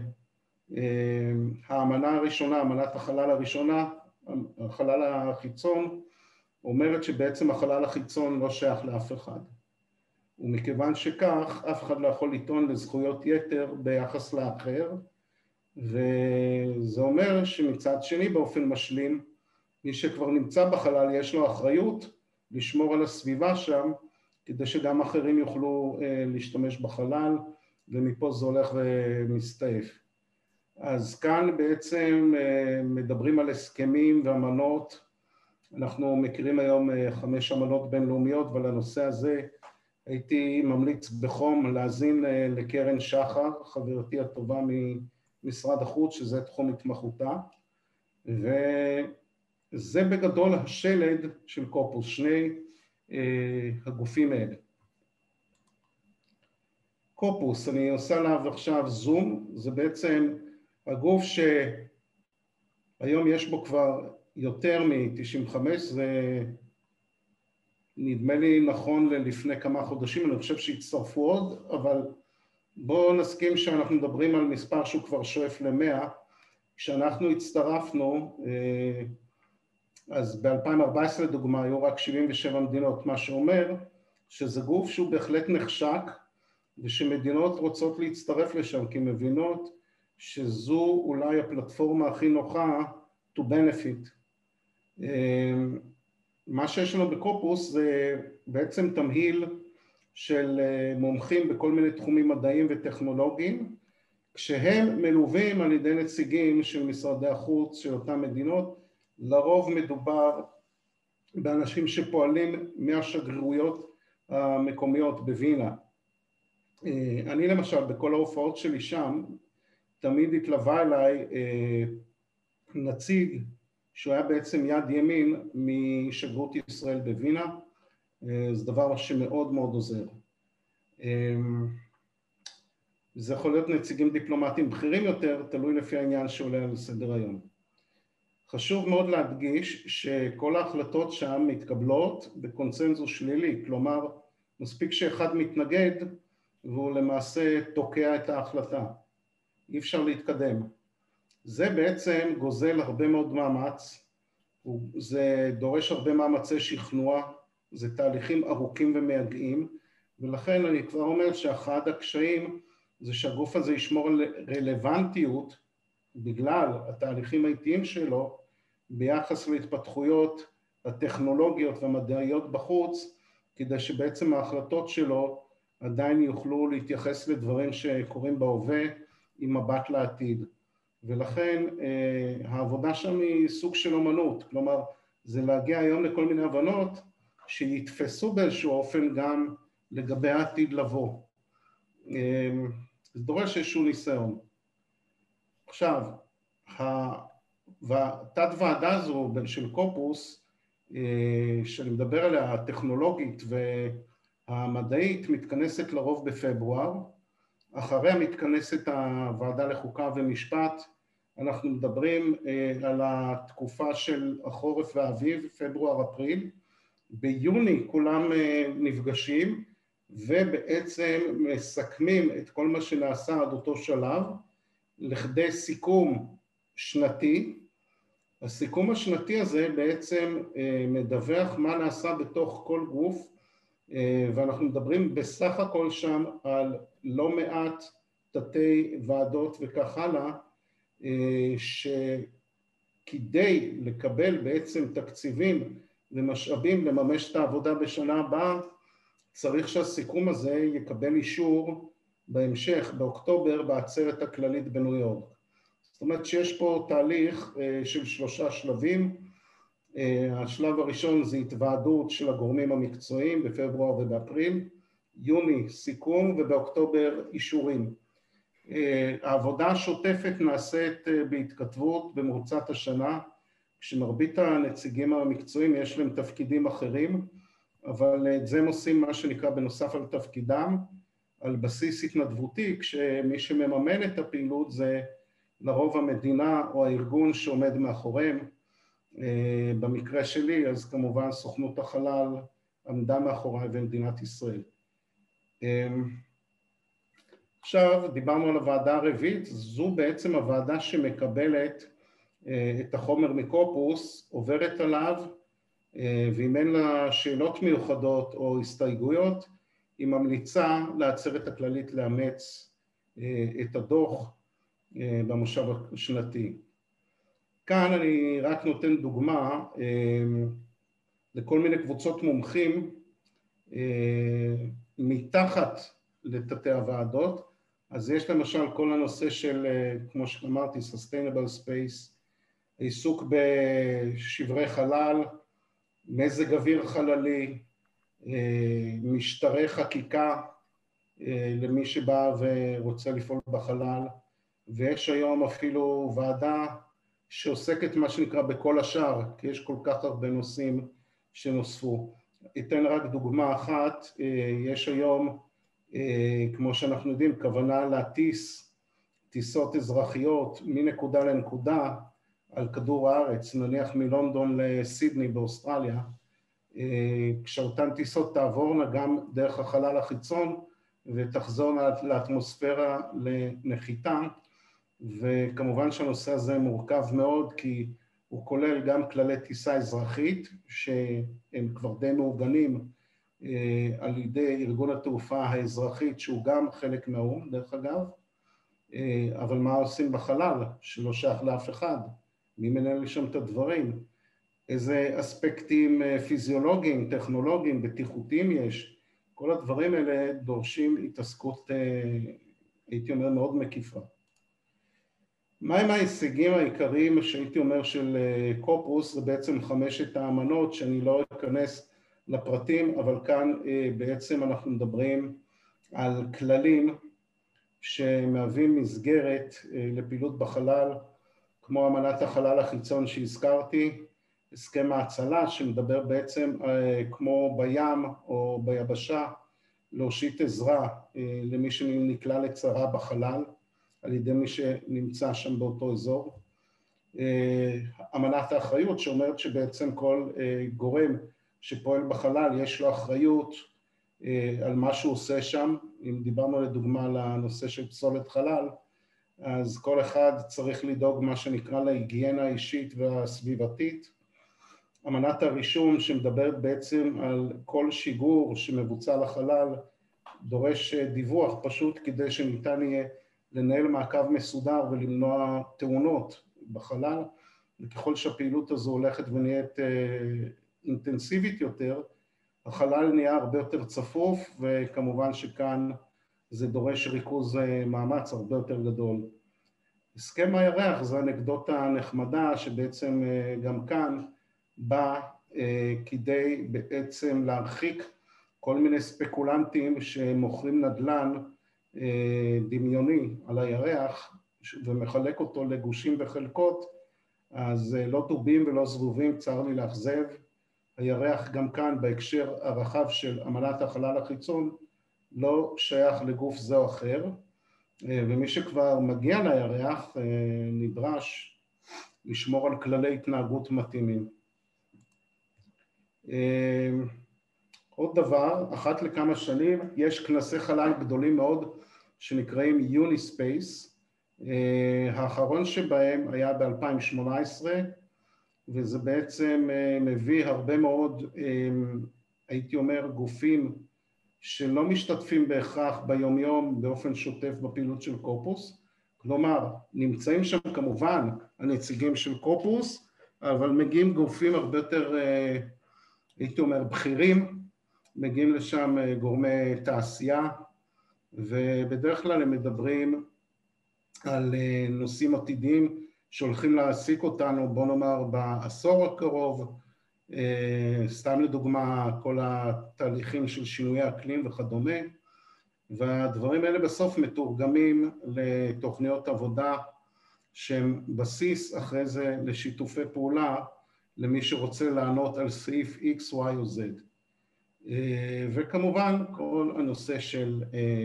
שהאמנה הראשונה, אמנת החלל הראשונה, החלל החיצון, אומרת שבעצם החלל החיצון לא שייך לאף אחד. ומכיוון שכך, אף אחד לא יכול לטעון לזכויות יתר ביחס לאחר, וזה אומר שמצד שני באופן משלים, מי שכבר נמצא בחלל יש לו אחריות, לשמור על הסביבה שם, כדי שגם אחרים יוכלו אה, להשתמש בחלל, ומפה זה הולך ומסתעף. אז כאן בעצם אה, מדברים על הסכמים ואמנות, אנחנו מכירים היום אה, חמש אמנות בינלאומיות, אבל הנושא הזה הייתי ממליץ בחום להאזין אה, לקרן שחר, חברתי הטובה ממשרד החוץ, שזה תחום התמחותה, ו... זה בגדול השלד של קופוס, שני אה, הגופים האלה. קופוס, אני עושה עליו עכשיו זום, זה בעצם הגוף שהיום יש בו כבר יותר מ-תשעים וחמש, זה נדמה לי נכון לפני כמה חודשים, אני חושב שהצטרפו עוד, אבל בואו נסכים שאנחנו מדברים על מספר שהוא כבר שואף ל-מאה, כשאנחנו הצטרפנו, אה, אז ב-אלפיים וארבע עשרה לדוגמה היו רק שבעים ושבע מדינות, מה שאומר שזה גוף שהוא בהחלט נחשק, ושמדינות רוצות להצטרף לשם, כי מבינות שזו אולי הפלטפורמה הכי נוחה to benefit. מה שיש לנו בקופוס זה בעצם תמהיל של מומחים בכל מיני תחומים מדעיים וטכנולוגיים, כשהם מלווים על ידי נציגים של משרדי החוץ של אותן מדינות, לרוב מדובר באנשים שפועלים מהשגרירויות המקומיות בווינה. אני למשל, בכל ההופעות שלי שם, תמיד התלווה אליי נציג שהוא היה בעצם יד ימין משגרירות ישראל בווינה, זה דבר שמאוד מאוד עוזר. זה יכול להיות נציגים דיפלומטיים בכירים יותר, תלוי לפי העניין שעולה על סדר היום. חשוב מאוד להדגיש שכל ההחלטות שם מתקבלות בקונצנזוס שלילי, כלומר מספיק שאחד מתנגד והוא למעשה תוקע את ההחלטה, אי אפשר להתקדם. זה בעצם גוזל הרבה מאוד מאמץ, זה דורש הרבה מאמצי שכנוע, זה תהליכים ארוכים ומייגעים, ולכן אני כבר אומר שאחד הקשיים זה שהגוף הזה ישמור על רלוונטיות בגלל התהליכים האיטיים שלו ביחס להתפתחויות הטכנולוגיות והמדעיות בחוץ, כדי שבעצם ההחלטות שלו עדיין יוכלו להתייחס לדברים שקורים בהווה עם מבט לעתיד. ולכן העבודה שם היא סוג של אומנות, כלומר זה להגיע היום לכל מיני הבנות שיתפסו באיזשהו אופן גם לגבי העתיד לבוא. זה דורש איזשהו ניסיון. עכשיו, התת ועדה הזו של קופוס, שאני מדבר עליה, הטכנולוגית והמדעית, מתכנסת לרוב בפברואר, אחריה מתכנסת הוועדה לחוקה ומשפט, אנחנו מדברים על התקופה של החורף והאביב, פברואר-אפריל, ביוני כולם נפגשים ובעצם מסכמים את כל מה שנעשה עד אותו שלב לכדי סיכום שנתי. הסיכום השנתי הזה בעצם מדווח מה נעשה בתוך כל גוף, ואנחנו מדברים בסך הכל שם על לא מעט תתי ועדות וכך הלאה, שכדי לקבל בעצם תקציבים ומשאבים לממש את העבודה בשנה הבאה, צריך שהסיכום הזה יקבל אישור בהמשך, באוקטובר, בעצרת הכללית בניו יורק. זאת אומרת שיש פה תהליך של שלושה שלבים. השלב הראשון זה התוועדות של הגורמים המקצועיים בפברואר ובאפריל, יוני סיכום ובאוקטובר אישורים. העבודה השוטפת נעשית בהתכתבות במרוצת השנה, כשמרבית הנציגים המקצועיים יש להם תפקידים אחרים, אבל את זה הם עושים מה שנקרא בנוסף על תפקידם, על בסיס התנדבותי, כשמי שמממן את הפעילות זה לרוב המדינה או הארגון שעומד מאחוריהם. במקרה שלי, אז כמובן סוכנות החלל עמדה מאחוריי במדינת ישראל. עכשיו דיברנו על הוועדה הרביעית, זו בעצם הוועדה שמקבלת את החומר מקופוס, עוברת עליו, ואם אין לה שאלות מיוחדות או הסתייגויות, היא ממליצה לעצרת הכללית לאמץ את הדוח במושב השנתי. כאן אני רק נותן דוגמה לכל מיני קבוצות מומחים מתחת לתתי הוועדות. אז יש למשל כל הנושא של, כמו שאמרתי, Sustainable Space, עיסוק בשברי חלל, מזג אוויר חללי, משטרי חקיקה למי שבא ורוצה לפעול בחלל, ויש היום אפילו ועדה שעוסקת מה שנקרא בכל השאר, כי יש כל כך הרבה נושאים שנוספו. אתן רק דוגמה אחת, יש היום, כמו שאנחנו יודעים, כוונה להטיס טיסות אזרחיות מנקודה לנקודה על כדור הארץ, נניח מלונדון לסידני באוסטרליה, כשאותן טיסות תעבורנה גם דרך החלל החיצון ותחזורנה לאטמוספירה לנחיתה, וכמובן שהנושא הזה מורכב מאוד כי הוא כולל גם כללי טיסה אזרחית שהם כבר די מעוגנים על ידי ארגון התעופה האזרחית שהוא גם חלק מהאו"ם דרך אגב, אבל מה עושים בחלל שלא שייך לאף אחד, מי מנהל שם את הדברים, איזה אספקטים פיזיולוגיים, טכנולוגיים, בטיחותיים יש, כל הדברים האלה דורשים התעסקות, הייתי אומר, מאוד מקיפה. מהם ההישגים העיקריים שהייתי אומר של קופוס? זה בעצם חמשת האמנות שאני לא אכנס לפרטים, אבל כאן בעצם אנחנו מדברים על כללים שמהווים מסגרת לפעילות בחלל, כמו אמנת החלל החיצון שהזכרתי, הסכם ההצלה שמדבר בעצם כמו בים או ביבשה להושיט עזרה למי שנקלע לצרה בחלל על ידי מי שנמצא שם באותו אזור. אמנת האחריות שאומרת שבעצם כל גורם שפועל בחלל יש לו אחריות על מה שהוא עושה שם. אם דיברנו לדוגמה על הנושא של פסולת חלל, אז כל אחד צריך לדאוג מה שנקרא להיגיינה האישית והסביבתית. אמנת הרישום שמדברת בעצם על כל שיגור שמבוצע לחלל, דורש דיווח פשוט כדי שניתן יהיה לנהל מעקב מסודר ולמנוע תאונות בחלל, וככל שהפעילות הזו הולכת ונהיית אינטנסיבית יותר, החלל נהיה הרבה יותר צפוף, וכמובן שכאן זה דורש ריכוז מאמץ הרבה יותר גדול. הסכם הירח זה אנקדוטה נחמדה שבעצם גם כאן בא כדי בעצם להרחיק כל מיני ספקולנטים שמוכרים נדל"ן דמיוני על הירח ומחלק אותו לגושים וחלקות, אז לא דובים ולא זבובים, צר לי לאכזב. הירח גם כאן בהקשר הרחב של אמנת החלל החיצון לא שייך לגוף זה או אחר, ומי שכבר מגיע לירח נדרש לשמור על כללי התנהגות מתאימים. עוד דבר, אחת לכמה שנים יש כנסי חלל גדולים מאוד שנקראים יוניספייס, האחרון שבהם היה ב-אלפיים שמונה עשרה, וזה בעצם מביא הרבה מאוד, הייתי אומר, גופים שלא משתתפים בהכרח ביום-יום באופן שוטף בפעילות של קורפוס, כלומר, נמצאים שם כמובן הנציגים של קורפוס, אבל מגיעים גופים הרבה יותר, הייתי אומר, בכירים, מגיעים לשם גורמי תעשייה, ובדרך כלל הם מדברים על נושאים עתידיים שהולכים להעסיק אותנו, בוא נאמר, בעשור הקרוב, סתם לדוגמה, כל התהליכים של שינויי אקלים וכדומה, והדברים האלה בסוף מתורגמים לתוכניות עבודה שהם בסיס אחרי זה לשיתופי פעולה למי שרוצה לענות על סעיף X, Y או Z. וכמובן כל הנושא של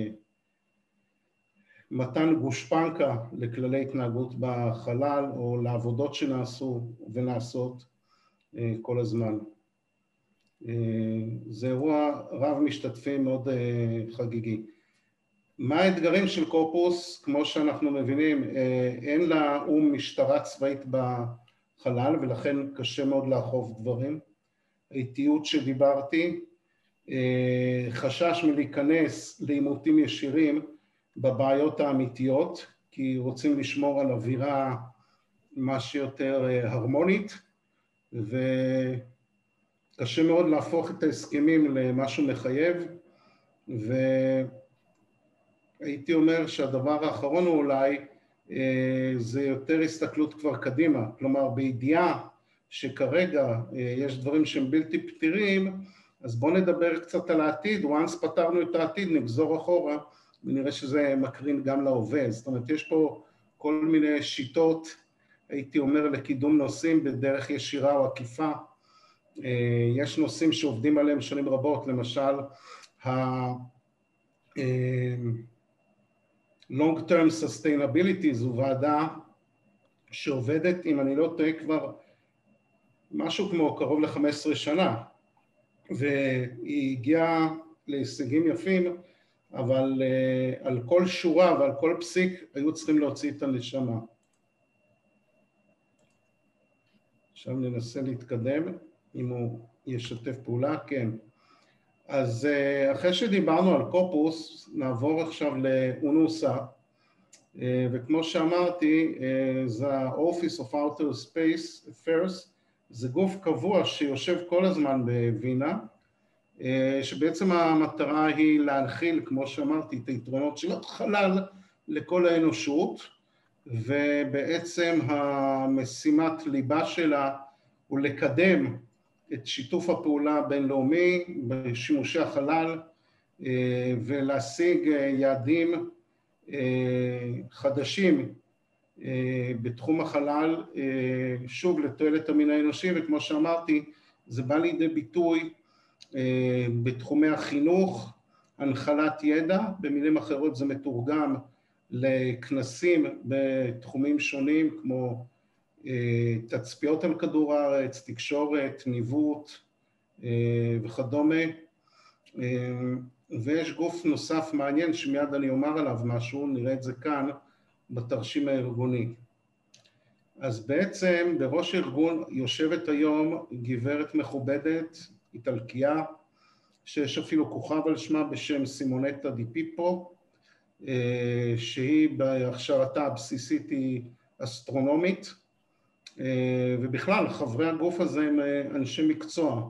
מתן גושפנקה לכללי התנהגות בחלל או לעבודות שנעשו ונעשות כל הזמן. זה אירוע רב משתתפים מאוד חגיגי. מה האתגרים של קורפוס? כמו שאנחנו מבינים, אין לאום משטרה צבאית בחלל ולכן קשה מאוד לאכוף דברים. האיטיות שדיברתי, חשש מלהיכנס לעימותים ישירים בבעיות האמיתיות, כי רוצים לשמור על אווירה מה שיותר הרמונית, וקשה מאוד להפוך את ההסכמים למשהו מחייב, והייתי אומר שהדבר האחרון הוא אולי, זה יותר הסתכלות כבר קדימה, כלומר בידיעה שכרגע יש דברים שהם בלתי פתירים, אז בואו נדבר קצת על העתיד, once פתרנו את העתיד נגזור אחורה, ונראה שזה מקרין גם להווה, זאת אומרת יש פה כל מיני שיטות, הייתי אומר לקידום נושאים בדרך ישירה או עקיפה, יש נושאים שעובדים עליהם שנים רבות, למשל ה-Long Term Sustainability, זו ועדה שעובדת, אם אני לא טועה כבר, משהו כמו קרוב ל-חמש עשרה שנה, והיא הגיעה להישגים יפים, אבל uh, על כל שורה ועל כל פסיק היו צריכים להוציא את הנשמה. עכשיו ננסה להתקדם, אם הוא ישתף פעולה, כן. אז uh, אחרי שדיברנו על קורפוס, נעבור עכשיו לאונוסה, uh, וכמו שאמרתי, uh, זה ה-Office of Outer Space Affairs, זה גוף קבוע שיושב כל הזמן בווינה, שבעצם המטרה היא להנחיל, כמו שאמרתי, את היתרונות של החלל לכל האנושות, ובעצם המשימת ליבה שלה הוא לקדם את שיתוף הפעולה הבינלאומי בשימושי החלל, ולהשיג יעדים חדשים בתחום החלל, שוב לתועלת המין האנושי, וכמו שאמרתי, זה בא לידי ביטוי בתחומי החינוך, הנחלת ידע, במילים אחרות זה מתורגם לכנסים בתחומים שונים כמו תצפיות על כדור הארץ, תקשורת, ניווט וכדומה, ויש גוף נוסף מעניין שמיד אני אומר עליו משהו, נראה את זה כאן, בתרשים הארגוני. אז בעצם בראש הארגון יושבת היום גברת מכובדת, איטלקייה, שיש אפילו כוכב על שמה בשם סימונטה די פיפו, שהיא בהכשרתה הבסיסית היא אסטרונומית, ובכלל חברי הגוף הזה הם אנשי מקצוע,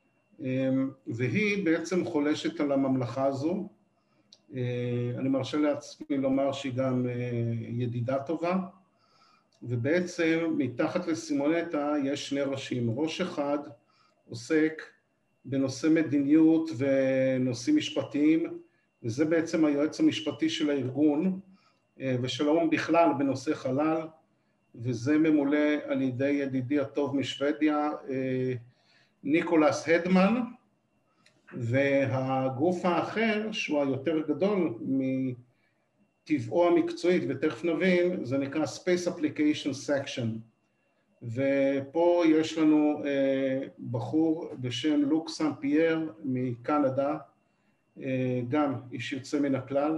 והיא בעצם חולשת על הממלכה הזו. אני מרשה לעצמי לומר שהיא גם ידידה טובה, ובעצם מתחת לסימונטה יש שני ראשים. ראש אחד עוסק בנושא מדיניות ונושאים משפטיים, וזה בעצם היועץ המשפטי של הארגון ושל האו"ם בכלל בנושא חלל, וזה ממולא על ידי ידידי הטוב משוודיה, ניקולס הדמן, והגוף האחר, שהוא היותר גדול מטבעו המקצועית, ותכף נבין, זה נקרא Space Application Section. ופה יש לנו בחור בשם לוק סן פייר מקנדה, גם איש יוצא מן הכלל,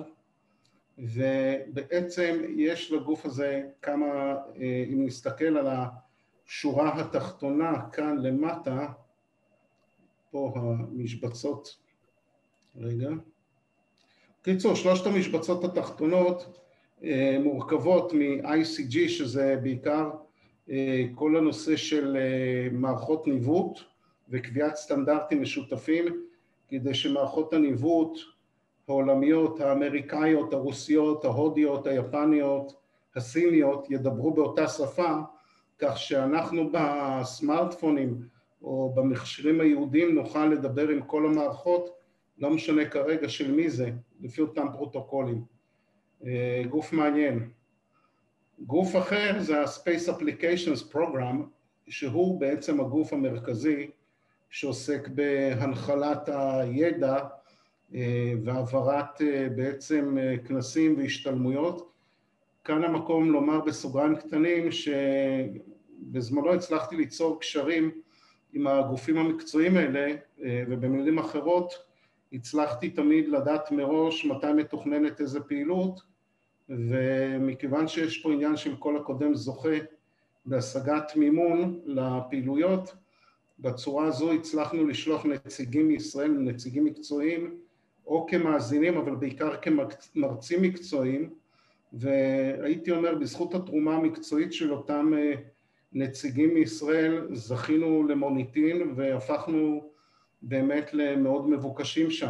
ובעצם יש לגוף הזה כמה, אם נסתכל על השורה התחתונה כאן למטה, פה המשבצות, רגע, קיצור, שלושת המשבצות התחתונות מורכבות מ-איי סי ג'י, שזה בעיקר כל הנושא של מערכות ניווט וקביעת סטנדרטים משותפים, כדי שמערכות הניווט העולמיות, האמריקאיות, הרוסיות, ההודיות, היפניות, הסיניות, ידברו באותה שפה, כך שאנחנו בסמארטפונים או במכשירים היהודים נוכל לדבר עם כל המערכות, לא משנה כרגע של מי זה, לפי אותם פרוטוקולים. גוף מעניין. גוף אחר זה ה-Space Applications Program, שהוא בעצם הגוף המרכזי שעוסק בהנחלת הידע והעברת בעצם כנסים והשתלמויות. כאן המקום לומר בסוגריים קטנים שבזמנו הצלחתי ליצור קשרים עם הגופים המקצועיים האלה, ובמילים אחרות הצלחתי תמיד לדעת מראש מתי מתוכננת איזה פעילות, ומכיוון שיש פה עניין של כל הקודם זוכה בהשגת מימון לפעילויות, בצורה הזו הצלחנו לשלוח נציגים מישראל, נציגים מקצועיים, או כמאזינים, אבל בעיקר כמרצים מקצועיים, והייתי אומר, בזכות התרומה המקצועית של אותם נציגים מישראל, זכינו למוניטין והפכנו באמת למאוד מבוקשים שם.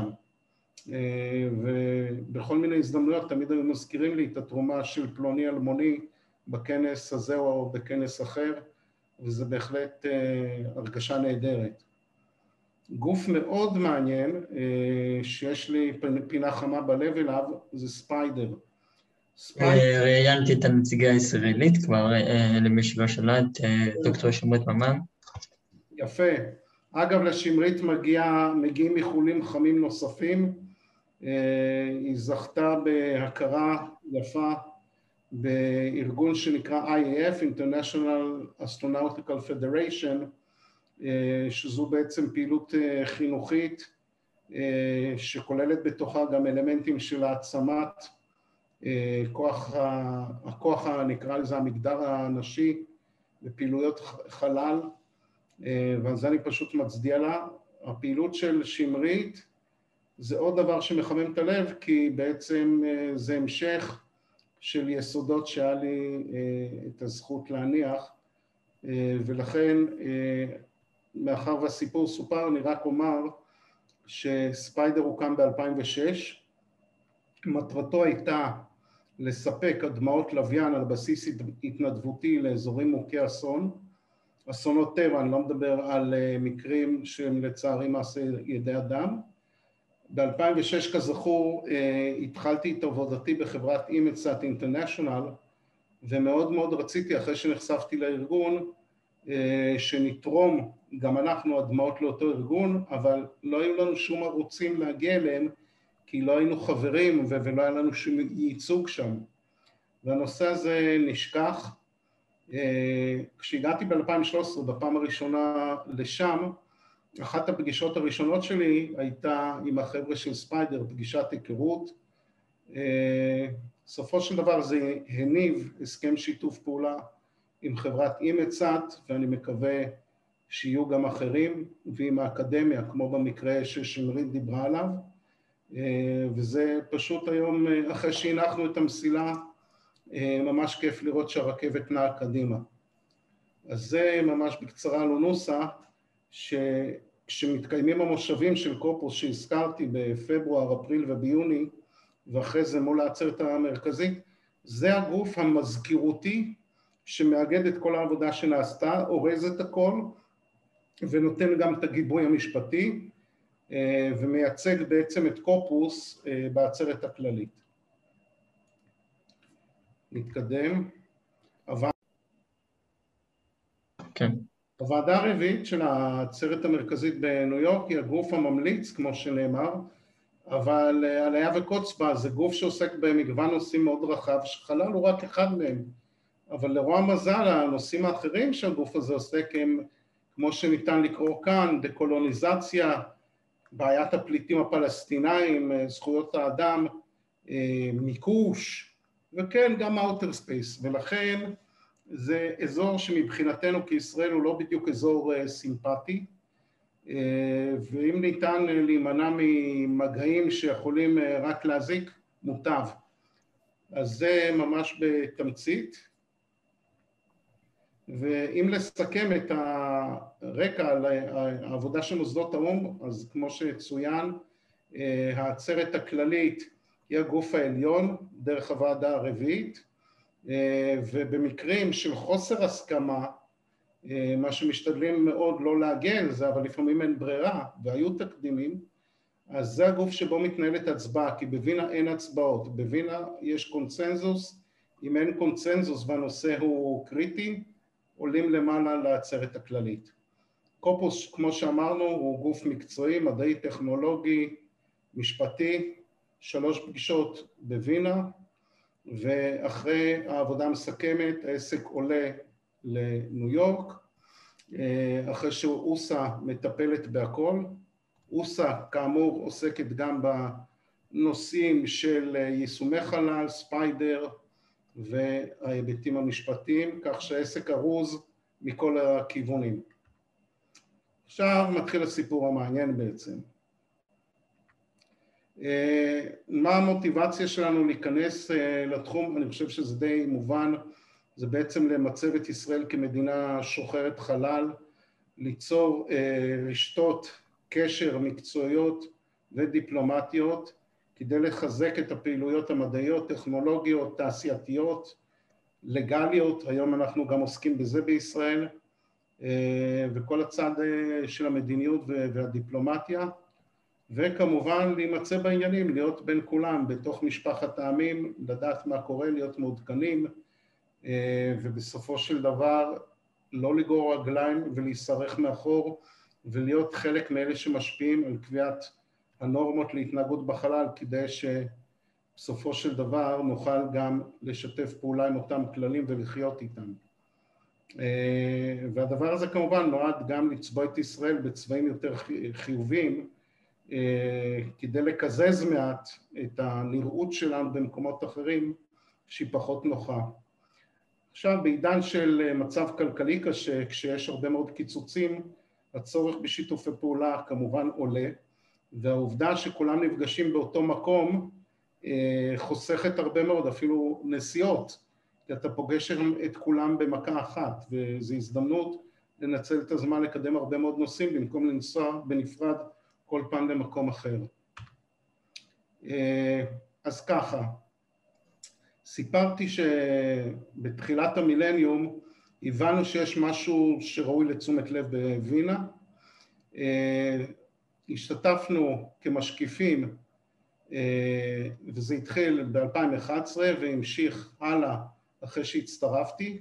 ובכל מיני הזדמנויות תמיד היו מזכירים לי את התרומה של פלוני אלמוני בכנס הזה או בכנס אחר, וזה בהחלט הרגשה נהדרת. גוף מאוד מעניין שיש לי פינה חמה בלב אליו, זה ספיידר. ראיינתי את הנציגה הישראלית כבר למי שלא שמע, את דוקטור שמרית ממן. יפה. אגב, לשמרית מגיע, מגיעים איחולים חמים נוספים. היא זכתה בהכרה יפה בארגון שנקרא איי איי אף, International Astronautical Federation, שזו בעצם פעילות חינוכית שכוללת בתוכה גם אלמנטים של העצמת כוח, הכוח נקרא לזה המגדר הנשי בפעילויות חלל, ועל זה אני פשוט מצדיע לה. הפעילות של שמרית זה עוד דבר שמחמם את הלב, כי בעצם זה המשך של יסודות שהיה לי את הזכות להניח, ולכן מאחר והסיפור סופר, אני רק אומר שספיידר הוקם ב-אלפיים ושש, מטרתו הייתה לספק הדמעות לוויין על בסיס התנדבותי לאזורים מוכי אסון, אסונות טבע, אני לא מדבר על מקרים שהם לצערי מעשה ידי אדם. ב-אלפיים ושש כזכור התחלתי את עבודתי בחברת אימטסאט אינטרנשיונל, ומאוד מאוד רציתי אחרי שנחשפתי לארגון, שנתרום גם אנחנו הדמעות לאותו ארגון, אבל לא היו לנו שום ערוצים להגיע אליהם, כי לא היינו חברים ולא היה לנו שום ייצוג שם. והנושא הזה נשכח. כשהגעתי ב-אלפיים ושלוש עשרה בפעם הראשונה לשם, אחת הפגישות הראשונות שלי הייתה עם החבר'ה של ספיידר, פגישת היכרות. בסופו של דבר זה הניב הסכם שיתוף פעולה עם חברת אימצאט, ואני מקווה שיהיו גם אחרים, ועם האקדמיה, כמו במקרה ששמרית דיברה עליו, וזה פשוט היום, אחרי שהנחנו את המסילה, ממש כיף לראות שהרכבת נעה קדימה. אז זה ממש בקצרה על אונוסה, שכשמתקיימים המושבים של קופוס שהזכרתי בפברואר, אפריל וביוני, ואחרי זה מול העצרת המרכזית, זה הגוף המזכירותי שמאגד את כל העבודה שנעשתה, אורז את הכל, ונותן גם את הגיבוי המשפטי, ומייצג בעצם את קופוס בעצרת הכללית. נתקדם. כן. הוועדה הרביעית של העצרת המרכזית בניו יורק היא הגוף הממליץ, כמו שנאמר, אבל עליה וקוץ בה זה גוף שעוסק במגוון נושאים מאוד רחב, שחלל הוא רק אחד מהם. אבל לרוע מזל, הנושאים האחרים שהגוף הזה עוסק הם, כמו שניתן לקרוא כאן, דקולוניזציה, בעיית הפליטים הפלסטינאים, זכויות האדם, מיקוש, וכן גם אאוטר ספייס, ולכן זה אזור שמבחינתנו כישראל הוא לא בדיוק אזור סימפטי, ואם ניתן להימנע ממגעים שיכולים רק להזיק, מוטב. אז זה ממש בתמצית. ואם לסכם את הרקע על העבודה של מוסדות האו"ם, אז כמו שצוין, העצרת הכללית היא הגוף העליון דרך הוועדה הרביעית, ובמקרים של חוסר הסכמה, מה שמשתדלים מאוד לא להגן זה, אבל לפעמים אין ברירה, והיו תקדימים, אז זה הגוף שבו מתנהלת הצבעה, כי בווינה אין הצבעות, בווינה יש קונצנזוס, אם אין קונצנזוס והנושא הוא קריטי, עולים למעלה לעצרת הכללית. קופוס, כמו שאמרנו, הוא גוף מקצועי, מדעי, טכנולוגי, משפטי, שלוש פגישות בווינה, ואחרי העבודה המסכמת, העסק עולה לניו יורק, אחרי שאוסה מטפלת בהכל. אוסה, כאמור, עוסקת גם בנושאים של יישומי חלל, ספיידר, וההיבטים המשפטיים, כך שהעסק ארוז מכל הכיוונים. עכשיו מתחיל הסיפור המעניין בעצם. מה המוטיבציה שלנו להיכנס לתחום? אני חושב שזה די מובן, זה בעצם למצב את ישראל כמדינה שוחרת חלל, ליצור רשתות קשר מקצועיות ודיפלומטיות, כדי לחזק את הפעילויות המדעיות, טכנולוגיות, תעשייתיות, לגליות, היום אנחנו גם עוסקים בזה בישראל, וכל הצד של המדיניות והדיפלומטיה, וכמובן להימצא בעניינים, להיות בין כולם, בתוך משפחת העמים, לדעת מה קורה, להיות מעודכנים, ובסופו של דבר לא לגרור רגליים ולהישרך מאחור, ולהיות חלק מאלה שמשפיעים על קביעת הנורמות להתנהגות בחלל, כדי שבסופו של דבר נוכל גם לשתף פעולה עם אותם כללים ולחיות איתם. והדבר הזה כמובן נועד גם לצבוע את ישראל בצבעים יותר חיוביים, כדי לקזז מעט את הנראות שלנו במקומות אחרים שהיא פחות נוחה. עכשיו, בעידן של מצב כלכלי קשה, כשיש הרבה מאוד קיצוצים, הצורך בשיתופי פעולה כמובן עולה, והעובדה שכולם נפגשים באותו מקום חוסכת הרבה מאוד, אפילו נסיעות, כי אתה פוגש את כולם במכה אחת, וזו הזדמנות לנצל את הזמן לקדם הרבה מאוד נושאים, במקום לנסוע בנפרד כל פעם למקום אחר. אז ככה, סיפרתי שבתחילת המילניום הבנו שיש משהו שראוי לתשומת לב בווינה, השתתפנו כמשקיפים, וזה התחיל ב-אלפיים ואחת עשרה והמשיך הלאה אחרי שהצטרפתי,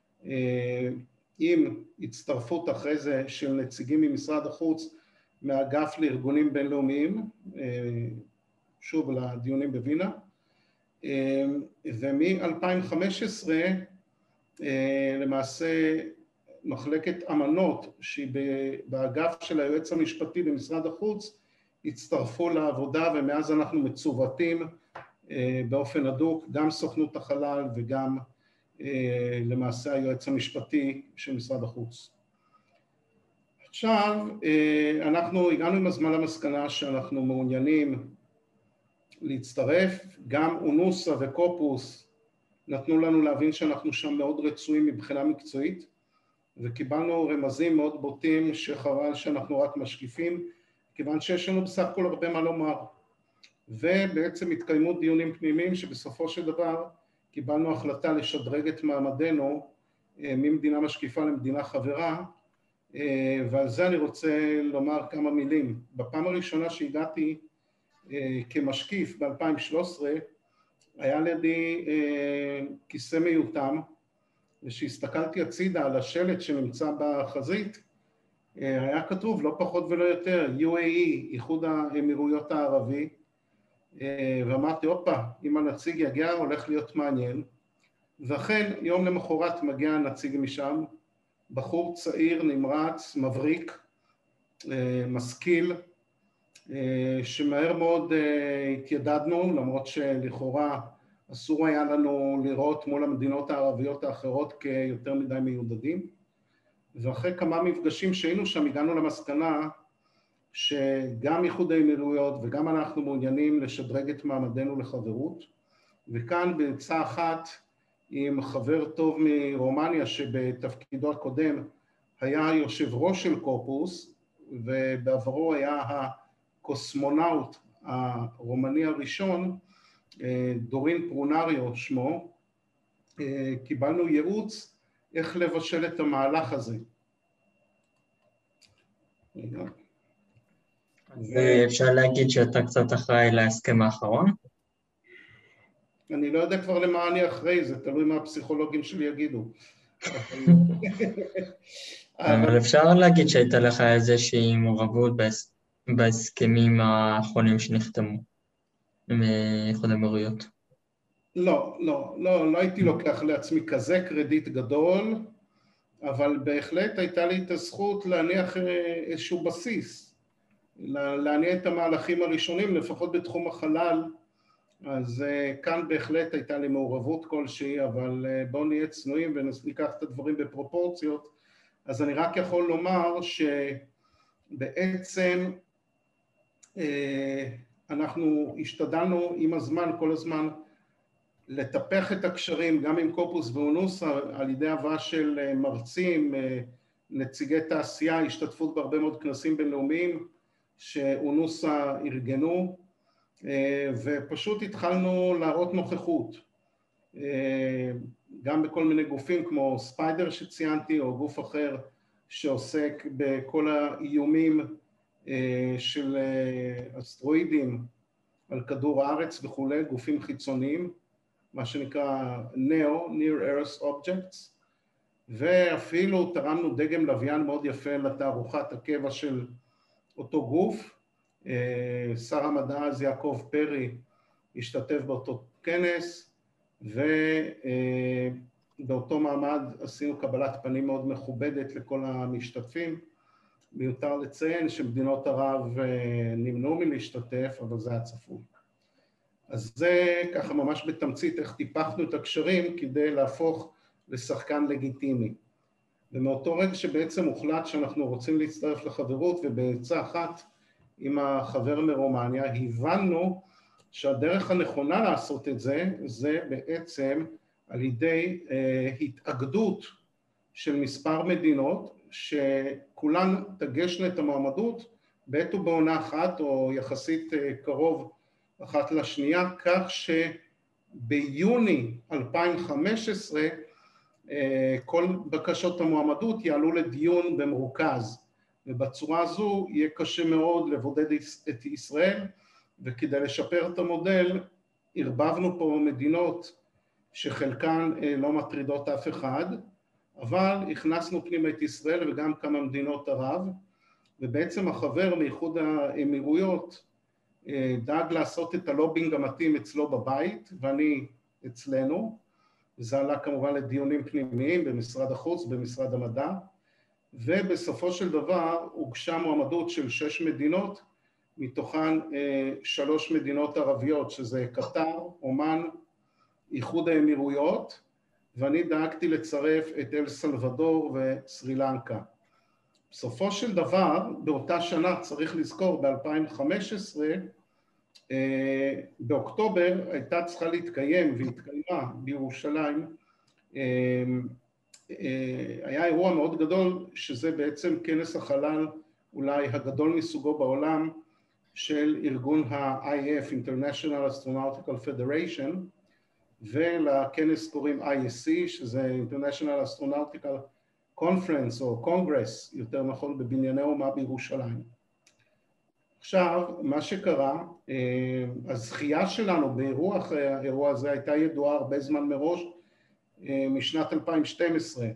עם הצטרפות אחרי זה של נציגים ממשרד החוץ מהאגף לארגונים בינלאומיים, שוב לדיונים בווינה, ומ-אלפיים וחמש עשרה למעשה מחלקת אמנות שהיא באגף של היועץ המשפטי במשרד החוץ הצטרפו לעבודה, ומאז אנחנו מצוותים באופן הדוק, גם סוכנות החלל וגם למעשה היועץ המשפטי של משרד החוץ. עכשיו, אנחנו הגענו עם הזמן למסקנה שאנחנו מעוניינים להצטרף, גם אונוסה וקופוס נתנו לנו להבין שאנחנו שם מאוד רצויים מבחינה מקצועית, וקיבלנו רמזים מאוד בוטים שחבל שאנחנו רק משקיפים, כיוון שיש לנו בסך הכל הרבה מה לומר. ובעצם התקיימו דיונים פנימיים שבסופו של דבר קיבלנו החלטה לשדרג את מעמדנו ממדינה משקיפה למדינה חברה, ועל זה אני רוצה לומר כמה מילים. בפעם הראשונה שהגעתי כמשקיף ב-אלפיים ושלוש עשרה, היה לידי כיסא מיותם, ושהסתכלתי הצידה על השלט שנמצא בחזית, היה כתוב לא פחות ולא יותר, יו איי אי, איחוד האמירויות הערבי, ואמרתי, אופה, אם הנציג יגיע, הולך להיות מעניין. ואכן, יום למחרת מגיע הנציג משם, בחור צעיר, נמרץ, מבריק, משכיל, שמהר מאוד התיידדנו, למרות שלכאורה אסור היה לנו לראות מול המדינות הערביות האחרות כיותר מדי מיודדים. ואחרי כמה מפגשים שהיינו שם, הגענו למסקנה שגם איחוד האמירויות וגם אנחנו מעוניינים לשדרג את מעמדנו לחברות, וכאן בעצה אחת עם חבר טוב מרומניה שבתפקידו הקודם היה יושב ראש של קופוס, ובעברו היה הקוסמונאוט הרומני הראשון, דורין פרונריו שמו, קיבלנו ייעוץ איך לבשל את המהלך הזה. ואפשר להגיד שאתה קצת אחראי להסכם האחרון? אני לא יודע כבר למה אני אחראי, זה תלוי מה הפסיכולוגים שלי יגידו. אבל אפשר להגיד שהייתה לך איזושהי מעורבות בהסכמים האחרונים שנחתמו עם איחוד האמירויות. לא, לא, לא, לא הייתי לוקח לעצמי כזה קרדיט גדול, אבל בהחלט הייתה לי את הזכות להניח איזשהו בסיס, להניע את המהלכים הראשונים, לפחות בתחום החלל, אז כאן בהחלט הייתה לי מעורבות כלשהי, אבל בואו נהיה צנועים וניקח את הדברים בפרופורציות. אז אני רק יכול לומר שבעצם אנחנו השתדלנו עם הזמן, כל הזמן, לטפח את הקשרים גם עם קופוס ואונוסה על ידי הבאה של מרצים, נציגי תעשייה, השתתפות בהרבה מאוד כנסים בינלאומיים שאונוסה ארגנו, ופשוט התחלנו להראות נוכחות, גם בכל מיני גופים כמו ספיידר שציינתי, או גוף אחר שעוסק בכל האיומים של אסטרואידים על כדור הארץ וכו', גופים חיצוניים, מה שנקרא נאו, Near Earth Objects, ואפילו תרמנו דגם לוויין מאוד יפה לתערוכת הקבע של אותו גוף. שר המדע אז יעקב פרי השתתף באותו כנס, ובאותו מעמד עשינו קבלת פנים מאוד מכובדת לכל המשתתפים. מיותר לציין שמדינות ערב נמנעו מלהשתתף, אבל זה היה צפוי. אז זה ככה ממש בתמצית איך טיפחנו את הקשרים כדי להפוך לשחקן לגיטימי. ומאותו רגע שבעצם הוחלט שאנחנו רוצים להצטרף לחברות, ובעצה אחת עם החבר מרומניה, הבנו שהדרך הנכונה לעשות את זה, זה בעצם על ידי אה, התאגדות של מספר מדינות, שכולן תגשנה את המועמדות בעת ובעונה אחת, או יחסית אה, קרוב אחת לשנייה, כך שביוני אלפיים וחמש עשרה אה, כל בקשות המועמדות יעלו לדיון במרוכז, ובצורה הזו יהיה קשה מאוד לבודד את ישראל, וכדי לשפר את המודל, הרבבנו פה מדינות שחלקן לא מטרידות אף אחד, אבל הכנסנו פנימה את ישראל וגם כמה מדינות ערב, ובעצם החבר מאיחוד האמירויות דאג לעשות את הלובינג המתאים אצלו בבית, ואני אצלנו, וזה עלה כמובן לדיונים פנימיים במשרד החוץ, במשרד המדע, ובסופו של דבר הוגשה מועמדות של שש מדינות, מתוכן שלוש מדינות ערביות, שזה קטר, אומן, איחוד האמירויות, ואני דאגתי לצרף את אל סלבדור וסרי לנקה. בסופו של דבר, באותה שנה, צריך לזכור, ב-אלפיים וחמש עשרה, באוקטובר הייתה צריכה להתקיים והתקיימה בירושלים, היה אירוע מאוד גדול, שזה בעצם כנס החלל אולי הגדול מסוגו בעולם של ארגון ה-איי אף, International Astronautical Federation, ולכנס קוראים איי אס סי, שזה International Astronautical Conference או Congress, יותר נכון, בבנייני האומה בירושלים. עכשיו, מה שקרה, הזכייה שלנו באירוע אחרי האירוע הזה הייתה ידועה הרבה זמן מראש, משנת אלפיים ושתים עשרה.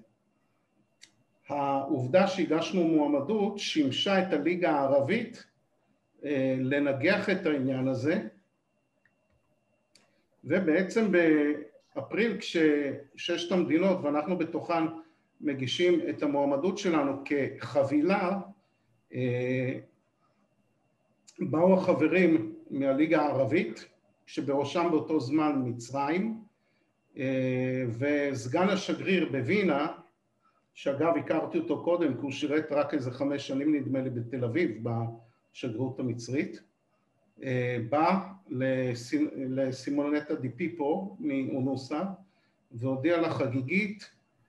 העובדה שהגשנו מועמדות שימשה את הליגה הערבית לנגח את העניין הזה, ובעצם באפריל כשששת המדינות ואנחנו בתוכן מגישים את המועמדות שלנו כחבילה, באו החברים מהליגה הערבית, שבראשם באותו זמן מצרים, וסגן השגריר בווינה, שאגב הכרתי אותו קודם, כי הוא שירת רק איזה חמש שנים נדמה לי בתל אביב, בשגרירות המצרית, בא לסימונטה די פיפו מאונוסה, והודיע לה חגיגית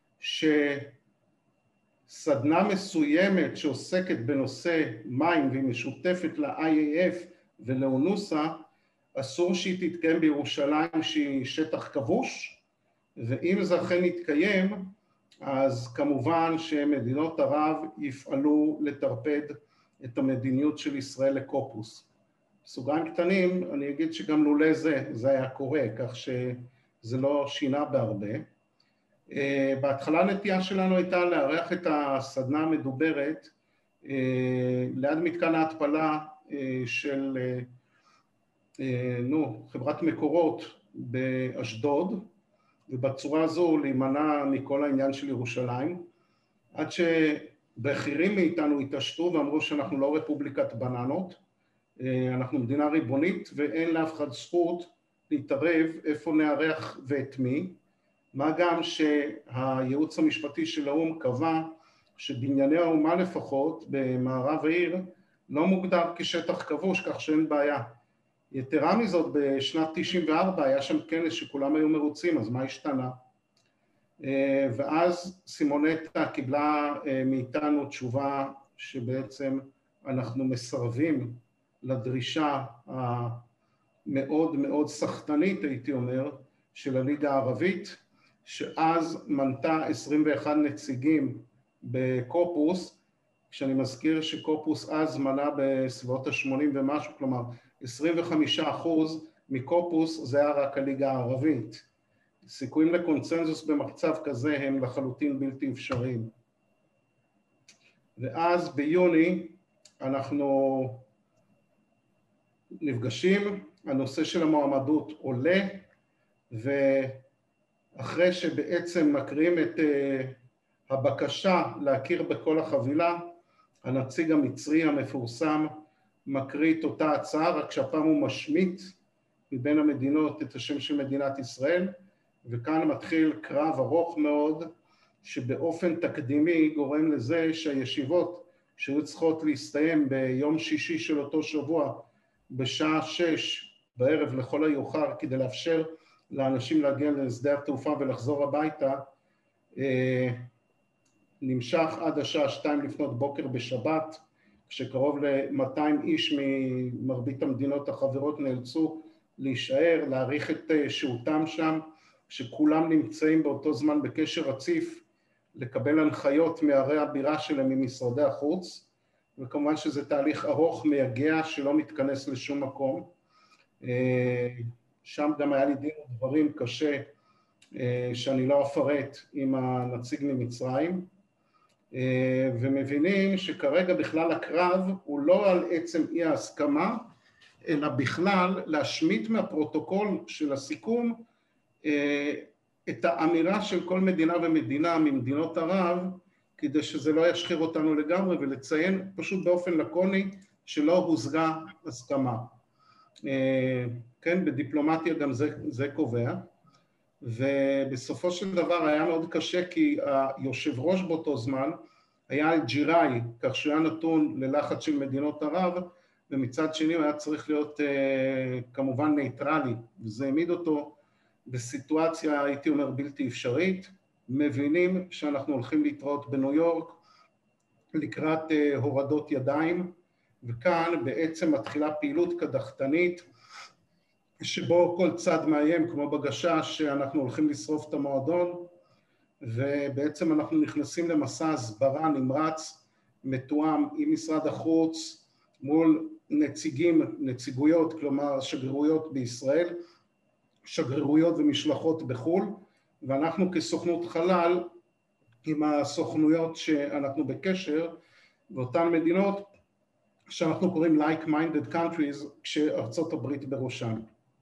שסדנה מסוימת שעוסקת בנושא מים והיא משותפת ל-איי איי אף ולאונוסה, אסור שהיא תתקיים בירושלים שהיא שטח כבוש, ואם זה אכן יתקיים, אז כמובן שמדינות ערב יפעלו לטרפד את המדיניות של ישראל לקופוס. בסוגריים קטנים, אני אגיד שגם לולא זה, זה היה קורה, כך שזה לא שינה בהרבה. בהתחלה הנטייה שלנו הייתה לארח את הסדנה המדוברת ליד מתקן ההתפלה של נו, חברת מקורות באשדוד, ובצורה הזו להימנע מכל העניין של ירושלים, עד שבכירים מאיתנו התעשתו ואמרו שאנחנו לא רפובליקת בננות, אנחנו מדינה ריבונית ואין לאף אחד זכות להתערב איפה נארח ואת מי, מה גם שהייעוץ המשפטי של האו"ם קבע שבנייני האומה לפחות במערב העיר לא מוגדר כשטח כבוש, כך שאין בעיה. יתרה מזאת, בשנת תשעים וארבע היה שם כנס שכולם היו מרוצים, אז מה השתנה? ואז סימונטה קיבלה מאיתנו תשובה שבעצם אנחנו מסרבים לדרישה המאוד מאוד סחטנית, הייתי אומר, של הליגה הערבית, שאז מנתה עשרים ואחד נציגים בקופוס, כשאני מזכיר שקופוס אז מנה בסביבות ה-שמונים ומשהו, כלומר עשרים וחמישה אחוז מקופוס זה היה רק הליגה הערבית. סיכויים לקונצנזוס במצב כזה הם לחלוטין בלתי אפשריים. ואז ביוני אנחנו נפגשים, הנושא של המועמדות עולה, ואחרי שבעצם מקריאים את הבקשה להכיר בכל החבילה, הנציג המצרי המפורסם מקריא את אותה הצעה, רק שהפעם הוא משמיט מבין המדינות את השם של מדינת ישראל, וכאן מתחיל קרב ארוך מאוד, שבאופן תקדימי גורם לזה שהישיבות שהיו צריכות להסתיים ביום שישי של אותו שבוע, בשעה שש בערב לכל היוחר, כדי לאפשר לאנשים להגיע לשדה התעופה ולחזור הביתה, נמשך עד השעה שתיים לפנות בוקר בשבת, כשקרוב ל-מאתיים איש ממרבית המדינות החברות נאלצו להישאר, להאריך את שהותם שם, שכולם נמצאים באותו זמן בקשר רציף, לקבל הנחיות מערי הבירה שלהם ממשרדי החוץ, וכמובן שזה תהליך ארוך מייגע שלא מתכנס לשום מקום. שם גם היה לי דין ודברים קשה, שאני לא אפרט עם הנציג ממצרים, ומבינים שכרגע בכלל הקרב הוא לא על עצם אי ההסכמה, אלא בכלל להשמיט מהפרוטוקול של הסיכום את האמירה של כל מדינה ומדינה ממדינות ערב, כדי שזה לא ישחיר אותנו לגמרי, ולציין פשוט באופן לקוני שלא הושגה הסכמה. כן, בדיפלומטיה גם זה, זה קובע, ובסופו של דבר היה מאוד קשה כי היושב ראש באותו זמן היה אלג'יראי, כך שהוא היה נתון ללחץ של מדינות ערב, ומצד שני הוא היה צריך להיות כמובן נייטרלי, וזה העמיד אותו בסיטואציה, הייתי אומר, בלתי אפשרית. מבינים שאנחנו הולכים להתראות בניו יורק לקראת הורדות ידיים, וכאן בעצם מתחילה פעילות קדחתנית, שבו כל צד מאיים, כמו בגשש, שאנחנו הולכים לשרוף את המועדון, ובעצם אנחנו נכנסים למסע הסברה נמרץ, מתואם עם משרד החוץ, מול נציגים, נציגויות, כלומר שגרירויות בישראל, שגרירויות ומשלחות בחו"ל, ואנחנו כסוכנות חלל, עם הסוכנויות שאנחנו בקשר, ואותן מדינות שאנחנו קוראים like-minded countries, כשארצות הברית בראשן.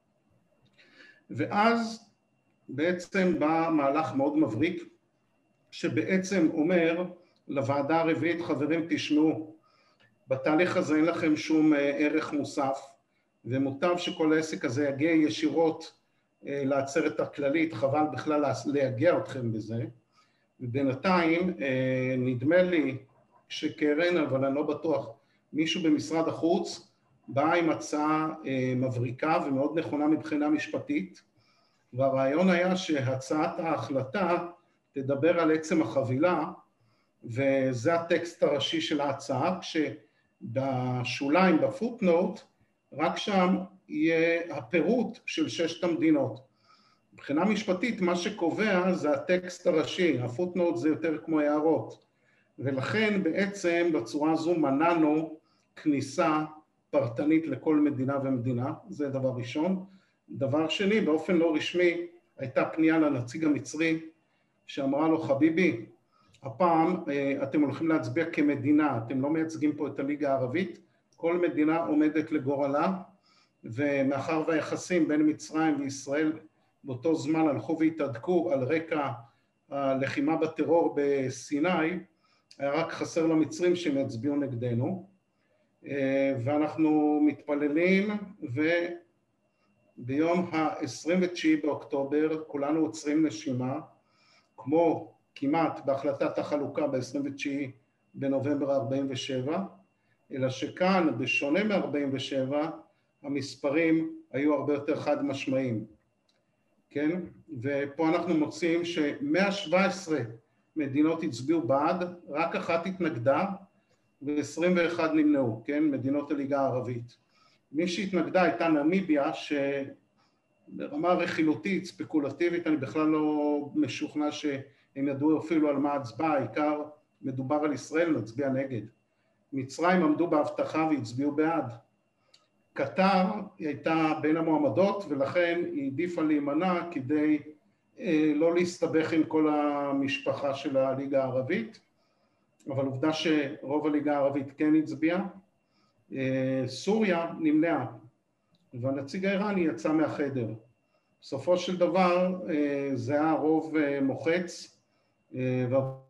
ואז בעצם בא מהלך מאוד מבריק, שבעצם אומר לוועדה הרביעית, חברים תשמעו, בתהליך הזה אין לכם שום ערך מוסף, ומוטב שכל העסק הזה יגיע ישירות לעצרת הכללית, חבל בכלל להגיע אתכם בזה, ובינתיים נדמה לי שקרן, אבל אני לא בטוח, מישהו במשרד החוץ בא עם הצעה מבריקה ומאוד נכונה מבחינה משפטית, והרעיון היה שהצעת ההחלטה תדבר על עצם החבילה, וזה הטקסט הראשי של ההצעה, כשבשוליים, בפוטנוט, רק שם יהיה הפירוט של ששת המדינות. מבחינה משפטית, מה שקובע זה הטקסט הראשי, הפוטנוט זה יותר כמו הערות, ולכן בעצם בצורה הזו מנענו כניסה פרטנית לכל מדינה ומדינה, זה דבר ראשון. דבר שני, באופן לא רשמי, הייתה פנייה לנציג המצרי, שאמרה לו, חביבי, הפעם אתם הולכים להצביע כמדינה, אתם לא מייצגים פה את הליגה הערבית, כל מדינה עומדת לגורלה, ומאחר והיחסים בין מצרים וישראל באותו זמן הלכו והתהדקו על רקע הלחימה בטרור בסיני, היה רק חסר למצרים שהם יצביעו נגדנו, ואנחנו מתפללים, וביום ה-עשרים ותשעה באוקטובר כולנו עוצרים נשימה, כמו כמעט בהחלטת החלוקה ב-עשרים ותשעה בנובמבר ארבעים ושבע, אלא שכאן, בשונה מ-ארבעים ושבע, המספרים היו הרבה יותר חד משמעיים, כן? ופה אנחנו מוצאים ש-מאה ושבע עשרה מדינות הצביעו בעד, רק אחת התנגדה, ו-עשרים ואחת נמנעו, כן? מדינות הליגה הערבית. מי שהתנגדה הייתה נמיביה, שברמה רכילותית, ספקולטיבית, אני בכלל לא משוכנע שהם ידעו אפילו על מה הצבעה, העיקר מדובר על ישראל, נצביע נגד. מצרים עמדו בהבטחה והצביעו בעד. קטר הייתה בין המועמדות, ולכן היא העדיפה להימנע כדי אה, לא להסתבך עם כל המשפחה של הליגה הערבית, אבל עובדה שרוב הליגה הערבית כן הצביעה. אה, סוריה נמנעה, והנציג האיראני יצא מהחדר. בסופו של דבר אה, זה היה רוב אה, מוחץ, אה, ו...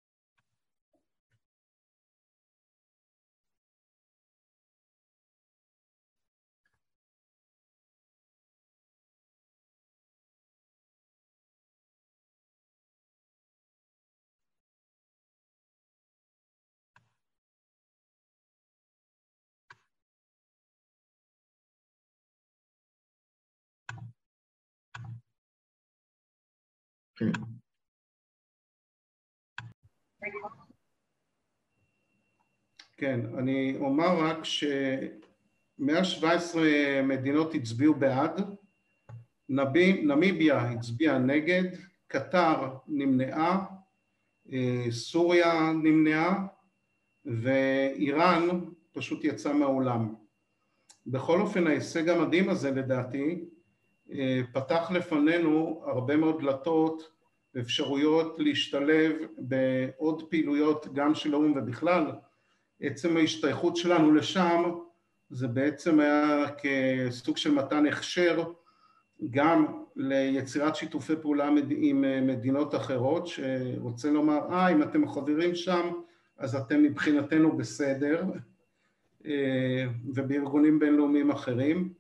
כן, אני אומר רק ש-מאה ושבע עשרה מדינות הצביעו בעד, נמיביה הצביעה נגד, קטר נמנעה, סוריה נמנעה, ואיראן פשוט יצא מהעולם. בכל אופן, ההישג המדהים הזה לדעתי, פתח לפנינו הרבה מאוד דלתות ואפשרויות להשתלב בעוד פעילויות גם של האו"ם, ובכלל עצם ההשתייכות שלנו לשם זה בעצם היה כסוג של מתן הכשר גם ליצירת שיתופי פעולה עם מדינות אחרות, שרוצה לומר, אה, אם אתם חברים שם אז אתם מבחינתנו בסדר, ובארגונים בינלאומיים אחרים,